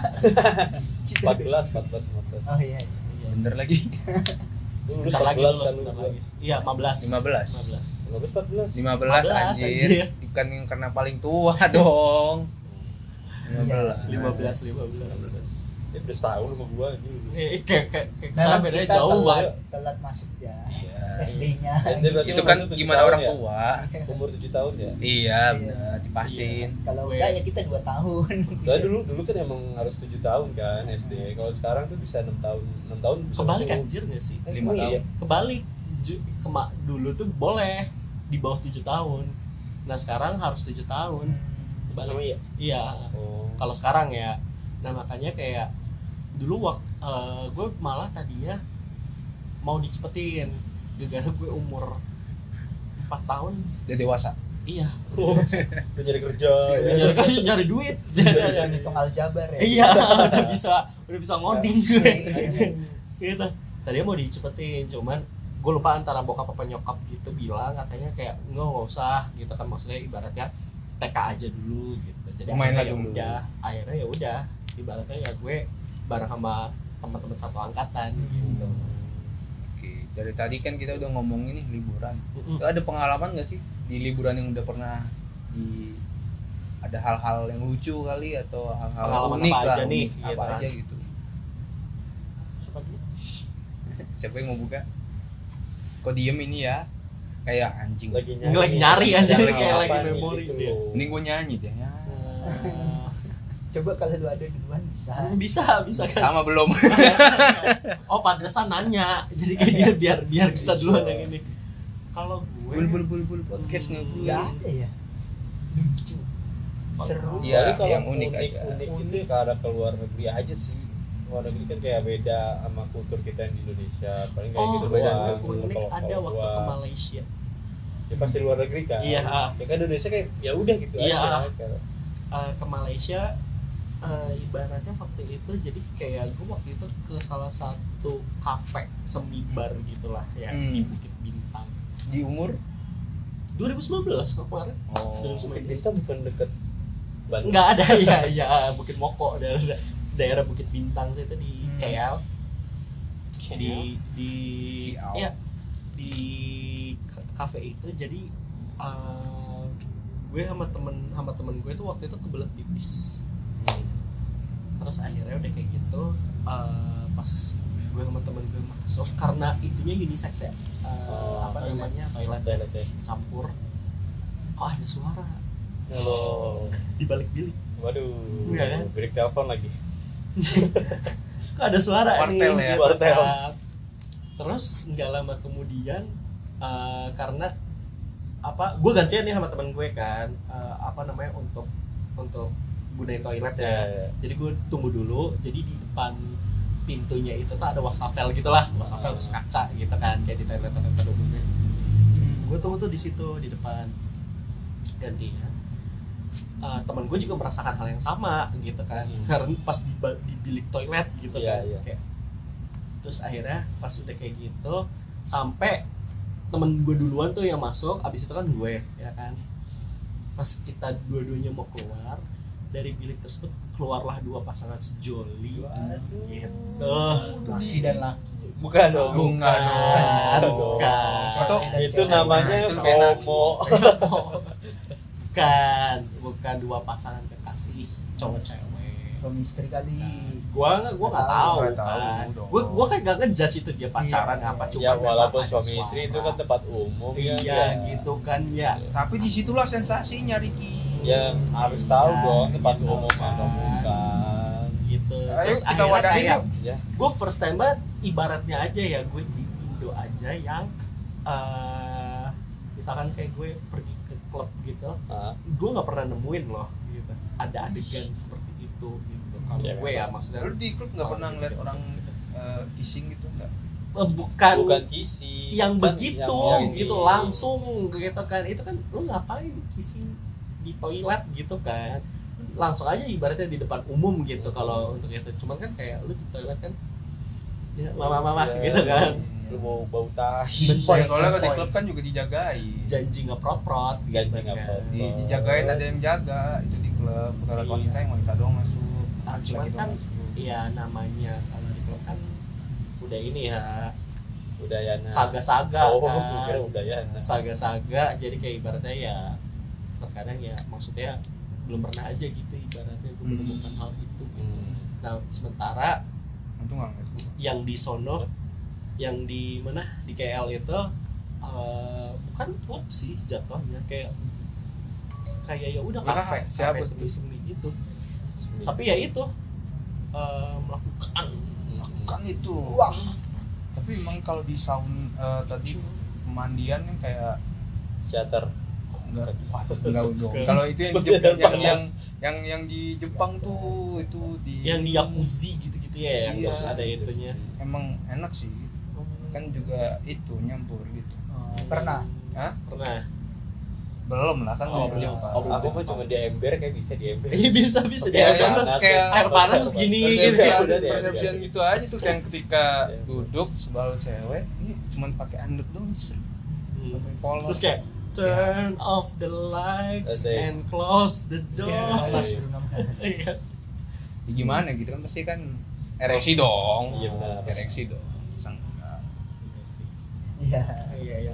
empat belas empat belas lima belas
Oh iya.
iya.
Bener lagi.
Lu lulus
Bentar lagi
empat belas
lulus,
kan lu
bentar
gua.
lagi. Iya, lima belas.
lima belas.
lima belas.
lima belas empat belas
lima belas
lima belas,
anjir.
anjir.
Bukan yang karena paling tua dong. lima belas.
lima belas lima belas.
Ya udah setahun sama gua anjing lulus.
Eh, kayak kayak kayak
Memang
kesana bedanya
kita
jauh
telat,
banget.
telat masuk ya.
Iya.
S D-nya.
S D berarti
Itu
lu
kan
masuk tujuh
gimana
tahun
orang
ya?
tua.
Umur tujuh tahun ya?
Iya, benar, dipasin.
Kalau
Gue-
enggak ya kita dua tahun.
Soalnya dulu dulu kan emang harus tujuh tahun kan S D. Kalau sekarang tuh bisa enam tahun. enam tahun bisa
Kebalik
masuk.
anjir enggak sih?
Eh,
Lima
emang
tahun.
iya?
Kebalik. Ju- Kema dulu tuh boleh di bawah tujuh tahun. Nah, sekarang harus tujuh tahun.
Emang
Kebalik.
iya?
Iya.
Oh.
Kalau sekarang ya. Nah, makanya kayak dulu waktu gue malah tadinya mau dicepetin gara-gara gue umur empat tahun.
Udah dewasa.
Iya.
Oh, udah nyari kerja ya.
nyari, nyari duit.
Udah bisa ngitung aljabar ya.
Iya, udah bisa udah bisa ngoding gue.
Iya.
Gitu. Tadinya mau dicepetin, cuman gue lupa antara bokap apa nyokap gitu bilang katanya kayak nggak nggak usah gitu kan, maksudnya ibaratnya T K aja dulu gitu. Jadi
Main
akhirnya
lah
ya
dulu.
udah, akhirnya ya udah ibaratnya ya gue bareng sama teman-teman satu angkatan gitu.
Oke, dari tadi kan kita udah ngomongin nih liburan.
Mm-mm.
Lu ada pengalaman gak sih di liburan yang udah pernah di ada hal-hal yang lucu kali atau hal-hal
Pengalaman
unik
apa
lah,
aja nih,
unik,
gitu
apa
kan.
aja gitu.
Siapa dulu?
Siapa yang mau buka? Kok diem ini ya? Kayak anjing.
Lagi
Nggak, lagi nyari aja,
Nyari
kayak
apa
lagi
nih,
memori
gitu
dia.
loh.
Ini gue nyanyi deh ya.
Eh,
Coba kalau lu ada duluan bisa.
bisa bisa kan.
Sama belum?
Oh, pantesan nanya. Jadi kayak dia biar biar kita duluan yang ini. Kalau gue
Bul bul bul bul podcast ngebul.
Enggak ada ya. Lucu. Seru.
Iya,
Paling kalau
yang unik aja.
unik itu ke arah keluar negeri aja sih. Luar negeri kan kayak beda sama kultur kita yang di Indonesia. Paling kayak
Oh,
gitu
beda
doang.
gue unik
Kalau-
ada
kalau
waktu
gua-
ke Malaysia.
Ya pasti luar negeri kan.
Iya.
Ya kan Indonesia kayak ya udah gitu
Iya.
aja. Kayak-
Eh, ke Malaysia eh, ibaratnya waktu itu jadi kayak gue waktu itu ke salah satu kafe semi bar gitulah ya
Hmm.
di Bukit Bintang
Di umur?
dua ribu sembilan belas kemarin.
Oh.
Bukit Bintang bukan deket Bandung.
Nggak ada ya ya Bukit Moko daerah, daerah Bukit Bintang saya itu di
Hmm.
K L di di
K L.
ya di k- kafe itu jadi eh, gue sama temen sama temen gue tuh waktu itu kebelet pipis.
Hmm.
Terus akhirnya udah kayak gitu eh, pas gue sama temen gue masuk karena itunya unisex ya. Eh,
Oh,
apa
toilet.
namanya toilet
Toilet ya.
campur, kok ada suara
Halo.
di balik bilik.
Waduh.
Iya kan?
Break telepon lagi.
Kok ada suara
Wartel
nih?
ya?
Wartel.
Terus nggak lama kemudian eh, karena apa gue gantian nih sama teman gue kan eh, apa namanya untuk untuk gunain toilet ya.
Ya, ya.
Jadi gue tunggu dulu. Jadi di depan pintunya itu tuh ada wastafel gitulah, wastafel terus kaca gitu kan kayak di toilet-toilet pada umumnya. Gue tunggu tuh di situ di depan gantian. Uh, teman gue juga merasakan hal yang sama gitu kan,
Hmm.
karena pas di, ba- di bilik toilet gitu
Iya,
kan.
iya.
Kayak, terus akhirnya pas udah kayak gitu sampai temen gue duluan tuh yang masuk, abis itu kan gue ya kan pas kita dua-duanya mau keluar dari bilik tersebut, keluarlah dua pasangan sejoli.
Waduh.
Gitu.
Laki dan laki.
Bukan dong.
Bukan,
Bukan.
bukan.
Cewek dan
Itu
cewek.
namanya
Itu beda.
homo.
Bukan, bukan dua pasangan kekasih cowok cewek.
Suami istri kali.
Gua nggak, gua nggak tahu
Nggak tahu
kan.
dong.
Gua, gua kan nggak ngejudge itu dia pacaran
Iya,
apa
iya.
cuma
Ya walaupun
memang
suami
ada
istri itu
suara.
kan tempat umum ya.
Iya gitu kan ya.
Tapi disitulah sensasinya Ricky.
Yang harus tahu
Ya,
dong tempat
gitu
umum
kan.
atau bukan.
Gitu.
Ayo
Terus
kita
akhirnya
wadahin
kayak
yuk.
Ya.
gue first time banget, ibaratnya aja ya gue di Indo aja yang eh, misalkan kayak gue pergi ke klub gitu,
Ah,
gue nggak pernah nemuin loh gitu ada adegan seperti itu gitu. Kalau
Ya,
gue ya maksudnya
Lu di klub nggak pernah ngeliat orang eh, kissing gitu nggak?
eh, bukan,
bukan kisi.
yang
Kan
begitu
yang
gitu
ini.
langsung gitu kan. Itu kan lu ngapain kissing di toilet gitu kan, langsung aja ibaratnya di depan umum gitu kalau untuk itu. Cuman kan kayak lu di toilet kan ya mama-mama
Ya,
gitu kan,
Lu mau bau tahi.
Poin,
Ya, soalnya kalau di
poin.
klub kan juga dijagain.
janji ngeprot-prot gitu
Janji
kan.
ngeprot.
Di, dijagain ada yang jaga itu di klub. Kalau
Iya.
wanita yang wanita doang masuk.
Ah, cuman
Laki doang
kan
masuk.
ya namanya kalau di klub kan udah ini ya
Udayana.
saga-saga
Oh,
kan,
kira Udayana.
saga-saga. Jadi kayak ibaratnya ya terkadang ya maksudnya belum pernah aja gitu ibaratnya gue
Hmm.
menemukan hal itu gitu.
Hmm.
Nah sementara
Untung nggak ngeliat gua.
yang di sono, yang di mana di K L itu eh, bukan klub sih jatuhnya, kayak kayak ya udah
Ah,
kafe,
siapa
kafe
tuh?
semi-semi gitu. Tapi ya itu eh, melakukan
Kan itu. Wah.
Tapi emang kalau di saun eh, tadi pemandian yang kayak
Shutter.
enggak enggak dong.
Ke-
Kalau itu yang di
Betul,
Jepang, yang,
panas.
yang yang yang di Jepang tuh itu di
yang di jacuzzi gitu-gitu ya, yang
Iya.
terus ada itunya.
emang enak sih. Kan juga itu nyampur gitu.
Oh, pernah.
Hah?
Pernah.
Belum lah kan
Oh,
belum
belum.
Jepang.
Oh, belum.
Aku mah cuma di ember kayak bisa di ember.
Iya bisa bisa
Oke,
dia
Kayak
kan
terus
panas,
kayak
air panas terus gini gitu
Persepsi-
ya.
udah deh,
persepsian
udah.
gitu aja tuh kayak ketika
Iya.
duduk sebalu cewek ini cuma pakai anduk doang sih.
Hmm.
Pakai polos.
Terus kayak turn off the lights
Ada.
and close the door.
Ya, kelas Bruno Mars.
Iya.
Ya gimana gitu kan pasti kan ereksi dong.
Iya, benar.
Ereksi dong. Sang enggak.
Iya.
Iya iya.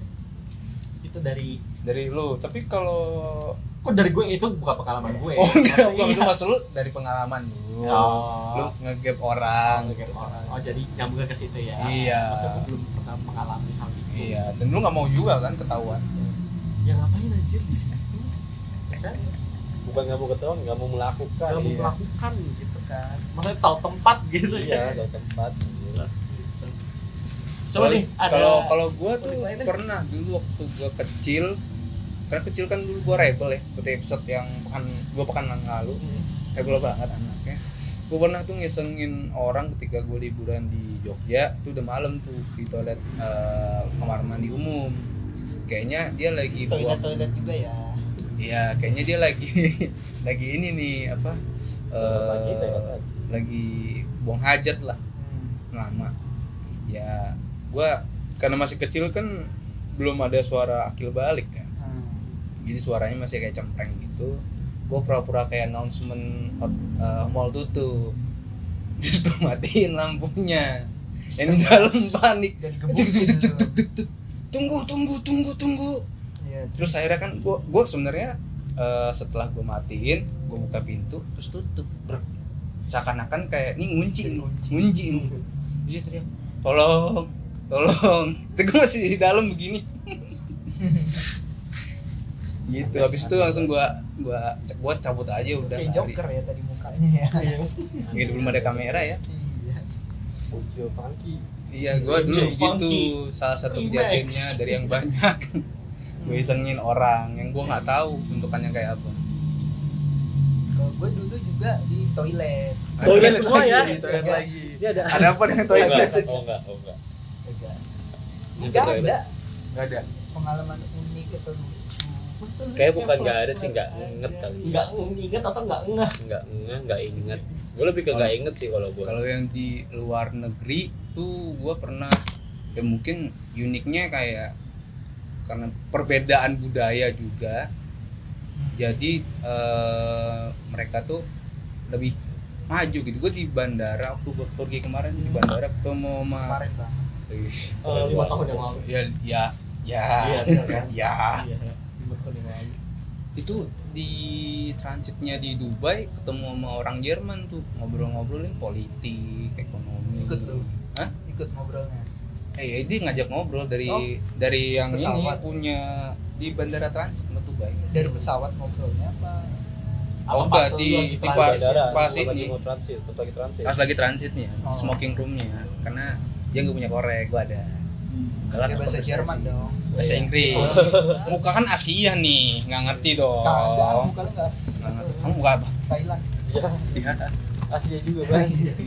Itu dari
Dari lu, tapi kalau
kok dari gue itu bukan pengalaman gue.
oh enggak, bukan
Maksudnya
itu maksud lu dari pengalaman lu.
Oh.
Lu ngegap orang
gitu
gitu.
orang. Oh jadi nyambungnya ke situ ya.
Iya.
Maksudnya gue belum pernah mengalami hal itu.
Iya, dan lu nggak mau juga kan ketahuan.
Ya ngapain anjir di sini? Kan
Bukan nggak mau ketahuan, nggak mau melakukan.
nggak mau
Iya.
melakukan gitu kan. Maksudnya tahu tempat gitu
Iya,
ya.
ada tempat. Iya.
Coba nih ada
Kalau kalau gua tuh
topik lainnya?
pernah dulu waktu gua kecil. Karena kecil kan dulu gua rebel ya, seperti episode yang pekan dua pekan yang lalu.
Hmm.
Rebel banget anaknya. Gue pernah tuh ngisengin orang ketika gue liburan di Jogja, itu udah malam tuh di toilet eh, kamar mandi umum. Kayaknya dia lagi buang,
Toilet-toilet juga ya.
iya kayaknya dia lagi lagi ini nih apa? eh,
Pagi, toilet pagi.
lagi buang hajat lah
Hmm.
lama. Ya gue karena masih kecil kan belum ada suara akil balik kan.
Hmm.
Jadi suaranya masih kayak cempreng gitu. Gue pura-pura kayak announcement hot, uh, mall tutup. Terus gue matiin lampunya. Yang di dalam panik.
Dan
Tuk,
gebukin
tuk, tuk,
gitu.
tuk, tuk, tuk. Tunggu, tunggu, tunggu, tunggu.
Iya.
Terus akhirnya kan gue gue sebenarnya uh, setelah gue matiin, gue buka pintu terus tutup. Brek. Seakan-akan kayak ini ngunci, nih,
Ngunci.
ngunci. nih. Terus dia teriak, tolong, tolong. Terus gue masih di dalam begini. Gitu. Habis itu langsung gua gua gua cabut aja udah.
Kayak
lari.
Joker ya tadi mukanya ya.
Gitu belum ada kamera ya.
Iya.
Bocil funky.
Iya, gua dulu
Angel
begitu.
Funky.
Salah satu
Remax.
kejadiannya dari yang banyak. Gue isengin orang yang gua nggak tahu bentukannya kayak apa.
Kalau gue dulu juga di toilet.
Toilet semua ya?
Di toilet
Iya.
lagi.
Ini ada.
Ada apa dengan
Oh enggak,
toilet?
oh enggak, oh enggak.
Enggak.
Ini
Enggak
toilet.
ada
Enggak ada.
pengalaman unik atau lucu. Masa lu
Kayak bukan
kayak
nggak ada sih,
flashback
nggak
aja?
inget kali.
nggak inget atau nggak ngeh.
Enggak, enggak, enggak inget. Gue lebih ke enggak inget sih kalau gue.
Kalau yang di luar negeri tuh gua pernah ya mungkin uniknya kayak karena perbedaan budaya juga. Jadi eh, mereka tuh lebih maju gitu. Gue di bandara waktu gue ke Turki kemarin di bandara ketemu sama
Kemarin banget.
Eh, lima tahun yang lalu.
ya ya ya
Iya, bener kan?
ya
Iya, lima tahun yang lalu.
itu di transitnya di Dubai ketemu sama orang Jerman tuh ngobrol-ngobrolin politik, ekonomi.
Ikut tuh.
Hah?
Ikut ngobrolnya.
Eh, dia ngajak ngobrol dari
Oh,
dari yang
pesawat.
ini punya di bandara transit sama Dubai.
Dari pesawat ngobrolnya apa?
Oh,
Apa pas
enggak,
lu
di-
lagi
di
transit?
pas-
bandara
pas
gua lagi
ini.
mau transit pas lagi transit
Pas lagi transit nih,
Oh.
smoking roomnya, karena dia nggak punya korek, gua ada. Kelar
Pakai bahasa
konversasi.
Jerman dong.
Bahasa Inggris.
Oh.
Muka kan Asia nih, nggak ngerti dong.
Kagak, muka lu enggak asli.
Nggak ngerti. Kamu muka apa?
Thailand.
ya Asia juga bang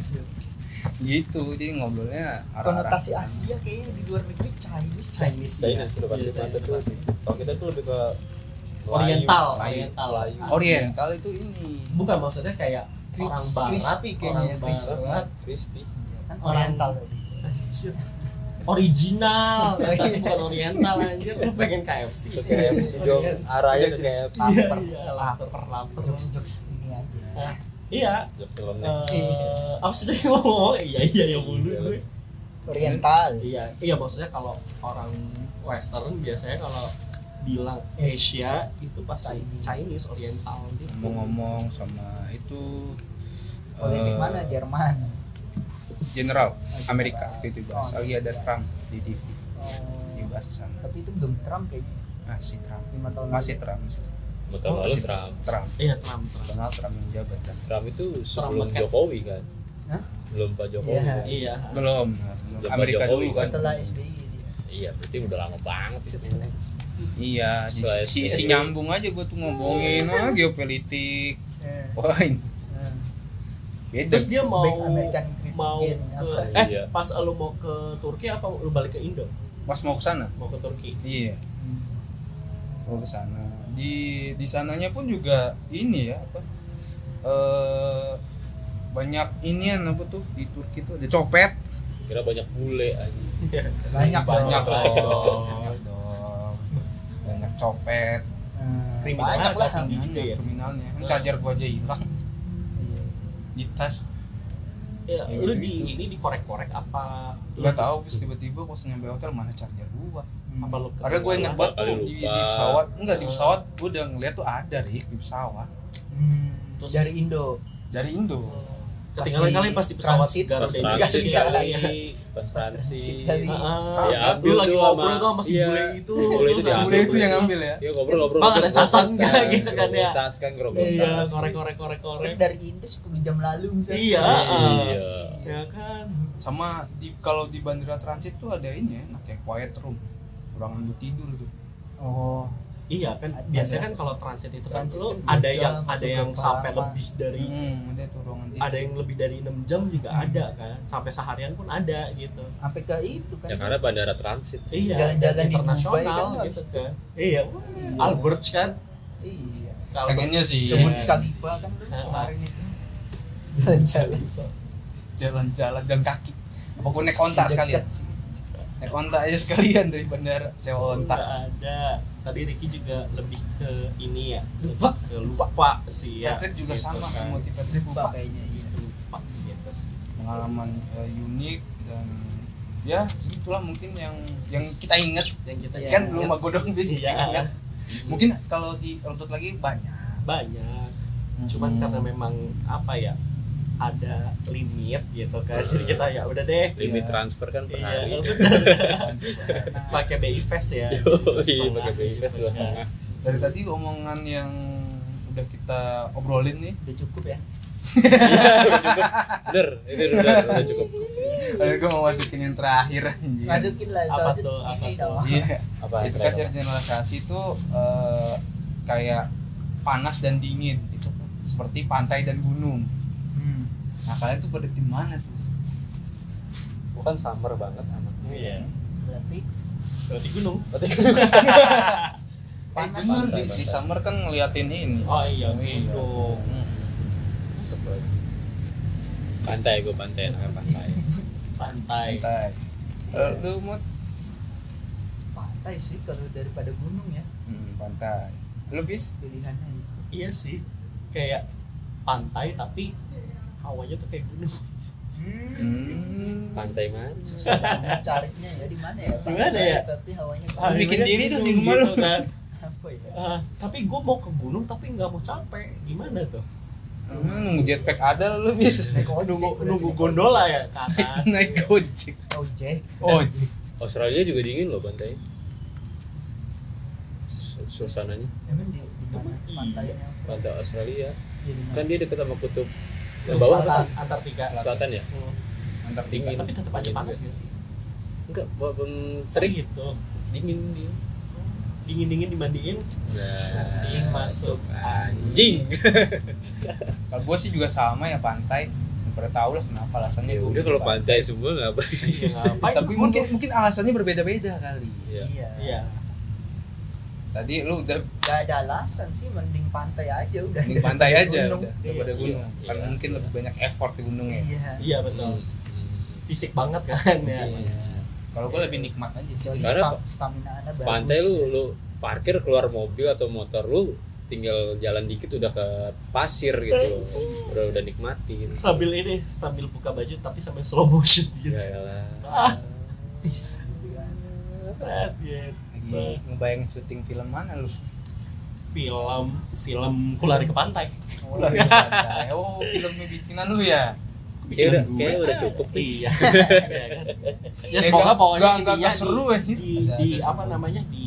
Gitu, jadi ngobrolnya arah-arah
Konotasi
sana.
Asia kayaknya di luar negeri Chinese.
Chinese.
China
ya.
sudah pasti
Iya,
mantep tuh
pasti.
kalau kita tuh lebih ke
Oriental,
Melayu.
Oriental.
Melayu.
Asia.
Oriental itu ini.
Bukan maksudnya kayak
Cris-
orang barat,
crispy kayaknya
orang
ya, crispy.
barat.
crispy
Kan Oriental tadi.
Anjir. Original, bukan oriental anjir. Lu pengen K F C.
ke K F C dong arahnya ke K F C
Iya, iya, lapar, lapar.
Jokes-jokes ini aja.
Nah, iya.
jokes nyeleneh.
Eh, apa sih tadi ngomong? Iya, iya, ya mulu gue.
Oriental.
Iya, iya maksudnya kalau orang Western biasanya kalau bilang Asia itu pasti
Chinese.
Chinese, Oriental gitu.
Ngomong-ngomong sama itu
Politik
eh,
mana? Jerman.
General
Oh,
Amerika
General.
waktu itu bahas.
Oh,
Lagi ada Trump di T V
Oh.
dibahas di sana.
Tapi itu belum Trump kayaknya.
Masih Trump.
Lima tahun
Masih
lalu.
Trump.
mau tahun lalu
Masih
Trump
Trump.
Iya, Trump, Trump.
Donald Trump yang jabat kan.
Trump itu sebelum
paket.
Jokowi kan
Hah?
belum Pak Jokowi
Iya.
kan?
Iya.
Belum.
Zaman
Amerika
Jokowi
dulu kan.
Setelah S B Y dia.
iya berarti udah lama banget itu
Iya, di-
Setelah
si,
S B Y.
si nyambung aja gue tuh ngomongin ah, geopolitik.
Eh,
Wah, ini
eh.
beda.
Terus dia mau
Make American Great
mau
Again,
ke
apa?
eh
Iya.
pas lu mau ke Turki apa lu balik ke Indo?
Pas mau ke sana.
Mau ke Turki.
Iya, mau ke sana. Di di sananya pun juga ini ya apa? Eh banyak inian apa tuh di Turki tuh ada copet.
kira banyak bule aja
Banyak
Banyak
dong.
dong. Banyak dong. Banyak copet.
Eh,
Kriminalnya
banyak lah.
agak tinggi juga ya.
Kriminalnya. Kan
Hmm.
charger gua aja hilang
Iya.
di tas.
Ya,
Ya,
lu
gitu,
di
gitu.
ini dikorek-korek apa?
Gak tahu terus tiba-tiba pas nyampe hotel mana charger gua.
Hmm.
Apa lu
Padahal gue inget banget tuh
Kali
di,
lupa.
di pesawat. Enggak di pesawat, gue udah ngeliat tuh ada Rik di pesawat
Hmm.
Terus-
Dari Indo.
dari Indo.
Ketinggalan
Pas
kali
di
pas di pesawat
transit,
pas
Garuda
transit
Indonesia
kali
ya.
pas transit
kali.
Heeh.
Ya,
lu
ambil
lagi
tuh
ngobrol
sama-
tuh sama si
iya.
bule itu.
Bule itu
terus
diambil.
habis
Bule itu yang ngambil ya.
ya ngobrol-ngobrol
Bang, ada casan nggak gitu kan ya?
tas kan gerobak
Iya,
tas.
korek-korek-korek-korek.
Kan dari Indo sepuluh jam lalu misalnya.
Iya.
iya
Ya kan.
Sama di kalau di bandara transit tuh ada ini ya, nah, kayak quiet room, ruangan buat tidur tuh.
Oh.
Iya kan
Ada.
biasanya kan kalau transit itu kan
Transit
lu
kan dua
ada
jam
yang
atau
ada yang
berapa
sampai
lama.
lebih dari
Hmm, ada tuh ruangan tidur.
ada yang lebih dari enam jam juga
Hmm.
ada kan. Sampai seharian pun ada gitu.
Sampai ke itu kan.
ya karena bandara transit
Iya,
Jalan-jalan di
internasional
Dubai kan
gitu
harus-
kan. Iya, Albert kan.
Iya.
Kalau
Pengennya sih
Ke Burj Khalifa kan tuh
Ah.
kemarin itu. Jalan-jalan.
jalan-jalan dan kaki. Apa gue naik onta
Si
sekalian?
dekat sih.
Naik onta aja sekalian dari bandara sewa onta.
nggak ada. Tadi Ricky juga lebih ke ini ya,
Lupa.
lebih ke lupa sih ya.
Patrick juga
gitu
sama
kan.
motif Patrick
Lupa
lupa.
kayaknya iya.
Lupa gitu sih.
Pengalaman eh, unik dan ya segitulah mungkin yang yang kita inget.
Yang kita
Iya.
Kan belum aku dong bisa
Iya.
ingat. Mungkin kalau di runtut lagi banyak.
banyak. Cuman
Hmm.
karena memang apa ya? Ada limit gitu kan. Jadi kita ya udah deh.
limit
Iya.
transfer kan per
Iya,
hari
benar.
Nah,
Pakai B I Fest ya.
iya pakai B I Fest dua setengah
Dari tadi omongan yang udah kita obrolin nih,
udah cukup ya.
udah cukup bener itu udah udah cukup
Akhirnya gue mau masukin yang terakhir anjir.
Masukin lah
Apa
soalnya
tuh, apa
ini
tuh?
dong.
Iya.
apa
Itu kan generalisasi itu eh, kayak panas dan dingin. Itu seperti pantai dan gunung.
Hmm.
Nah, kalian tuh pada di mana tuh?
bukan summer banget anaknya
Iya.
Berarti
Berarti gunung.
panas
Eh, bener,
pantai,
di, di
pantai.
summer kan ngeliatin ini.
Oh iya, gunung.
Hmm.
pantai gue pantai anaknya pantai
Pantai.
Pantai. Eh, lu mau
pantai sih kalau daripada gunung ya.
hmm, pantai. Lu Fis?
Pilihannya itu.
Iya sih, kayak pantai tapi hawanya tuh kayak gunung.
Hmm.
Pantai mana?
Susah banget carinya ya di mana ya?
Di mana ya?
Tapi hawanya
Ah,
bikin
bikin
diri
diri
tuh
tuh
di rumah
gitu
lu.
kan.
apa ya?
Ah, tapi gue mau ke gunung tapi nggak mau capek. Gimana tuh?
Hmm, nunggu jetpack ada lu Fis.
Naik ojek,
Nunggu
berarti
nunggu
naik
gondola ya ke atas.
Naik ojek.
ojek.
Oh,
Australia juga dingin loh pantai. Su- Suasananya.
Emang di di mana
Emang iya.
pantainya Australia?
Pantai Australia.
Ya, di mana?
Kan dia dekat sama kutub
Ke
yang bawah apa
selatan,
sih?
Antartika.
Selatan ya?
Hmm.
Antartika.
Dingin.
Tapi tetap aja
Dingin
panas
juga.
ya sih.
Enggak, walaupun
Terik
terik
gitu.
dingin dia.
Dingin-dingin dimandiin.
Nah,
Dingin masuk
anjing.
Kalau gua sih juga sama ya pantai. Pada tahu lah kenapa alasannya.
Ya
gua
udah
pilih
kalau pantai semua ngapain?
Iya, ngapain
Tapi
ke
mungkin
gunung?
mungkin alasannya berbeda-beda kali.
Iya.
Iya.
Iya.
Tadi lu udah
Gak ada alasan sih, mending pantai aja udah.
mending pantai aja
Gunung.
udah daripada
Iya,
gunung.
iya.
Kan mungkin lebih banyak effort di gunung ya.
Iya.
Iya betul.
Hmm.
Fisik banget kan ya.
Iya. Kalau gua lebih nikmat aja sih.
Soalnya
Karena
sta- stamina anda bagus.
Pantai lu lu parkir keluar mobil atau motor lu tinggal jalan dikit udah ke pasir gitu loh. Udah udah nikmatin.
Sambil ini sambil buka baju tapi sambil slow motion gitu.
Ya elah.
Ah,
Tis, gitu kan.
perhatian.
Lagi ngebayangin syuting film mana lu?
Film film Kulari ke Pantai.
Oh, lagi pantai. Oh, filmnya bikinan lu ya?
Kayak udah,
Bikinan
kayak
gue.
udah cukup nih.
Iya. Iya kan? Ya semoga
nggak-
pokoknya
nggak- nggak-
intinya
nggak seru,
di,
anjir.
di,
Ada-
di
ada
apa
seru.
namanya di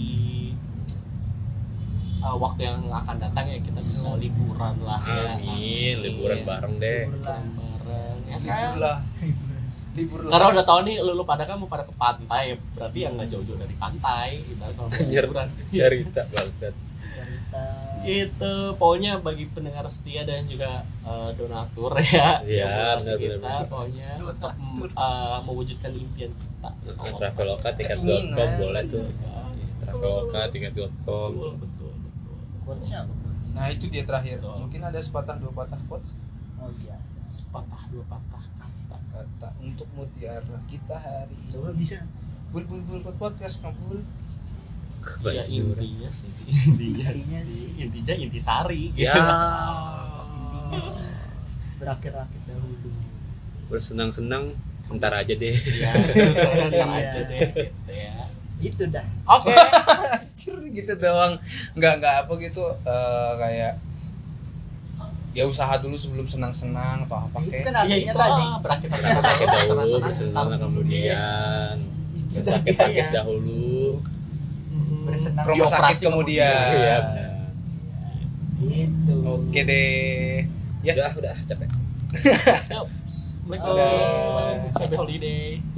uh, waktu yang akan datang ya kita bisa liburan lah ya.
Amin, liburan
Iya.
bareng deh.
Libur lah.
Liburan bareng ya
Libur
kan.
lah. Libur lah.
Karena udah tahu nih lu, lu pada kan mau pada ke pantai, berarti yang nggak jauh-jauh dari pantai, ibarat kalau mau
Anjir.
liburan.
Cerita bangsat.
Cerita.
Gitu, pokoknya bagi pendengar setia dan juga uh, donatur ya,
Iya,
donasi
benar,
kita,
benar, benar.
pokoknya untuk uh, mewujudkan impian kita.
Nah, Traveloka tiket dot com boleh tuh. Traveloka tiket dot com.
Betul, betul, betul.
Quotes-nya apa quotes?
Nah, itu dia terakhir.
Betul.
Mungkin ada sepatah dua patah quotes
Oh iya.
Sepatah dua patah kata.
kata untuk mutiara kita hari ini.
Coba bisa.
Bul bul bul bul podcast kampul.
Ya
Baca dulu.
intinya sih, intinya,
Intinya
sih,
sih.
intinya inti sari.
Ya.
Intinya sih berakit-rakit dahulu.
Bersenang-senang sebentar aja deh.
Ya, ntar
Iya.
aja deh, gitu ya.
Itu dah.
Oke.
Anjir gitu doang. Enggak enggak apa gitu eh, kayak ya usaha dulu sebelum senang-senang atau apa
Itu
kayak.
kan
Iya
artinya
itu
tadi.
lah, berakit
Sakit dahulu,
bersenang-senang,
bersenang
ntar
kemudian.
Itu dah
Sakit-sakit
bisa.
dahulu.
Bersenang.
Rumah sakit
Dioperasi
kemudian.
Iya.
Gitu.
Oke deh. Ya.
Udah, udah capek.
Yup. Assalamualaikum. Happy holiday.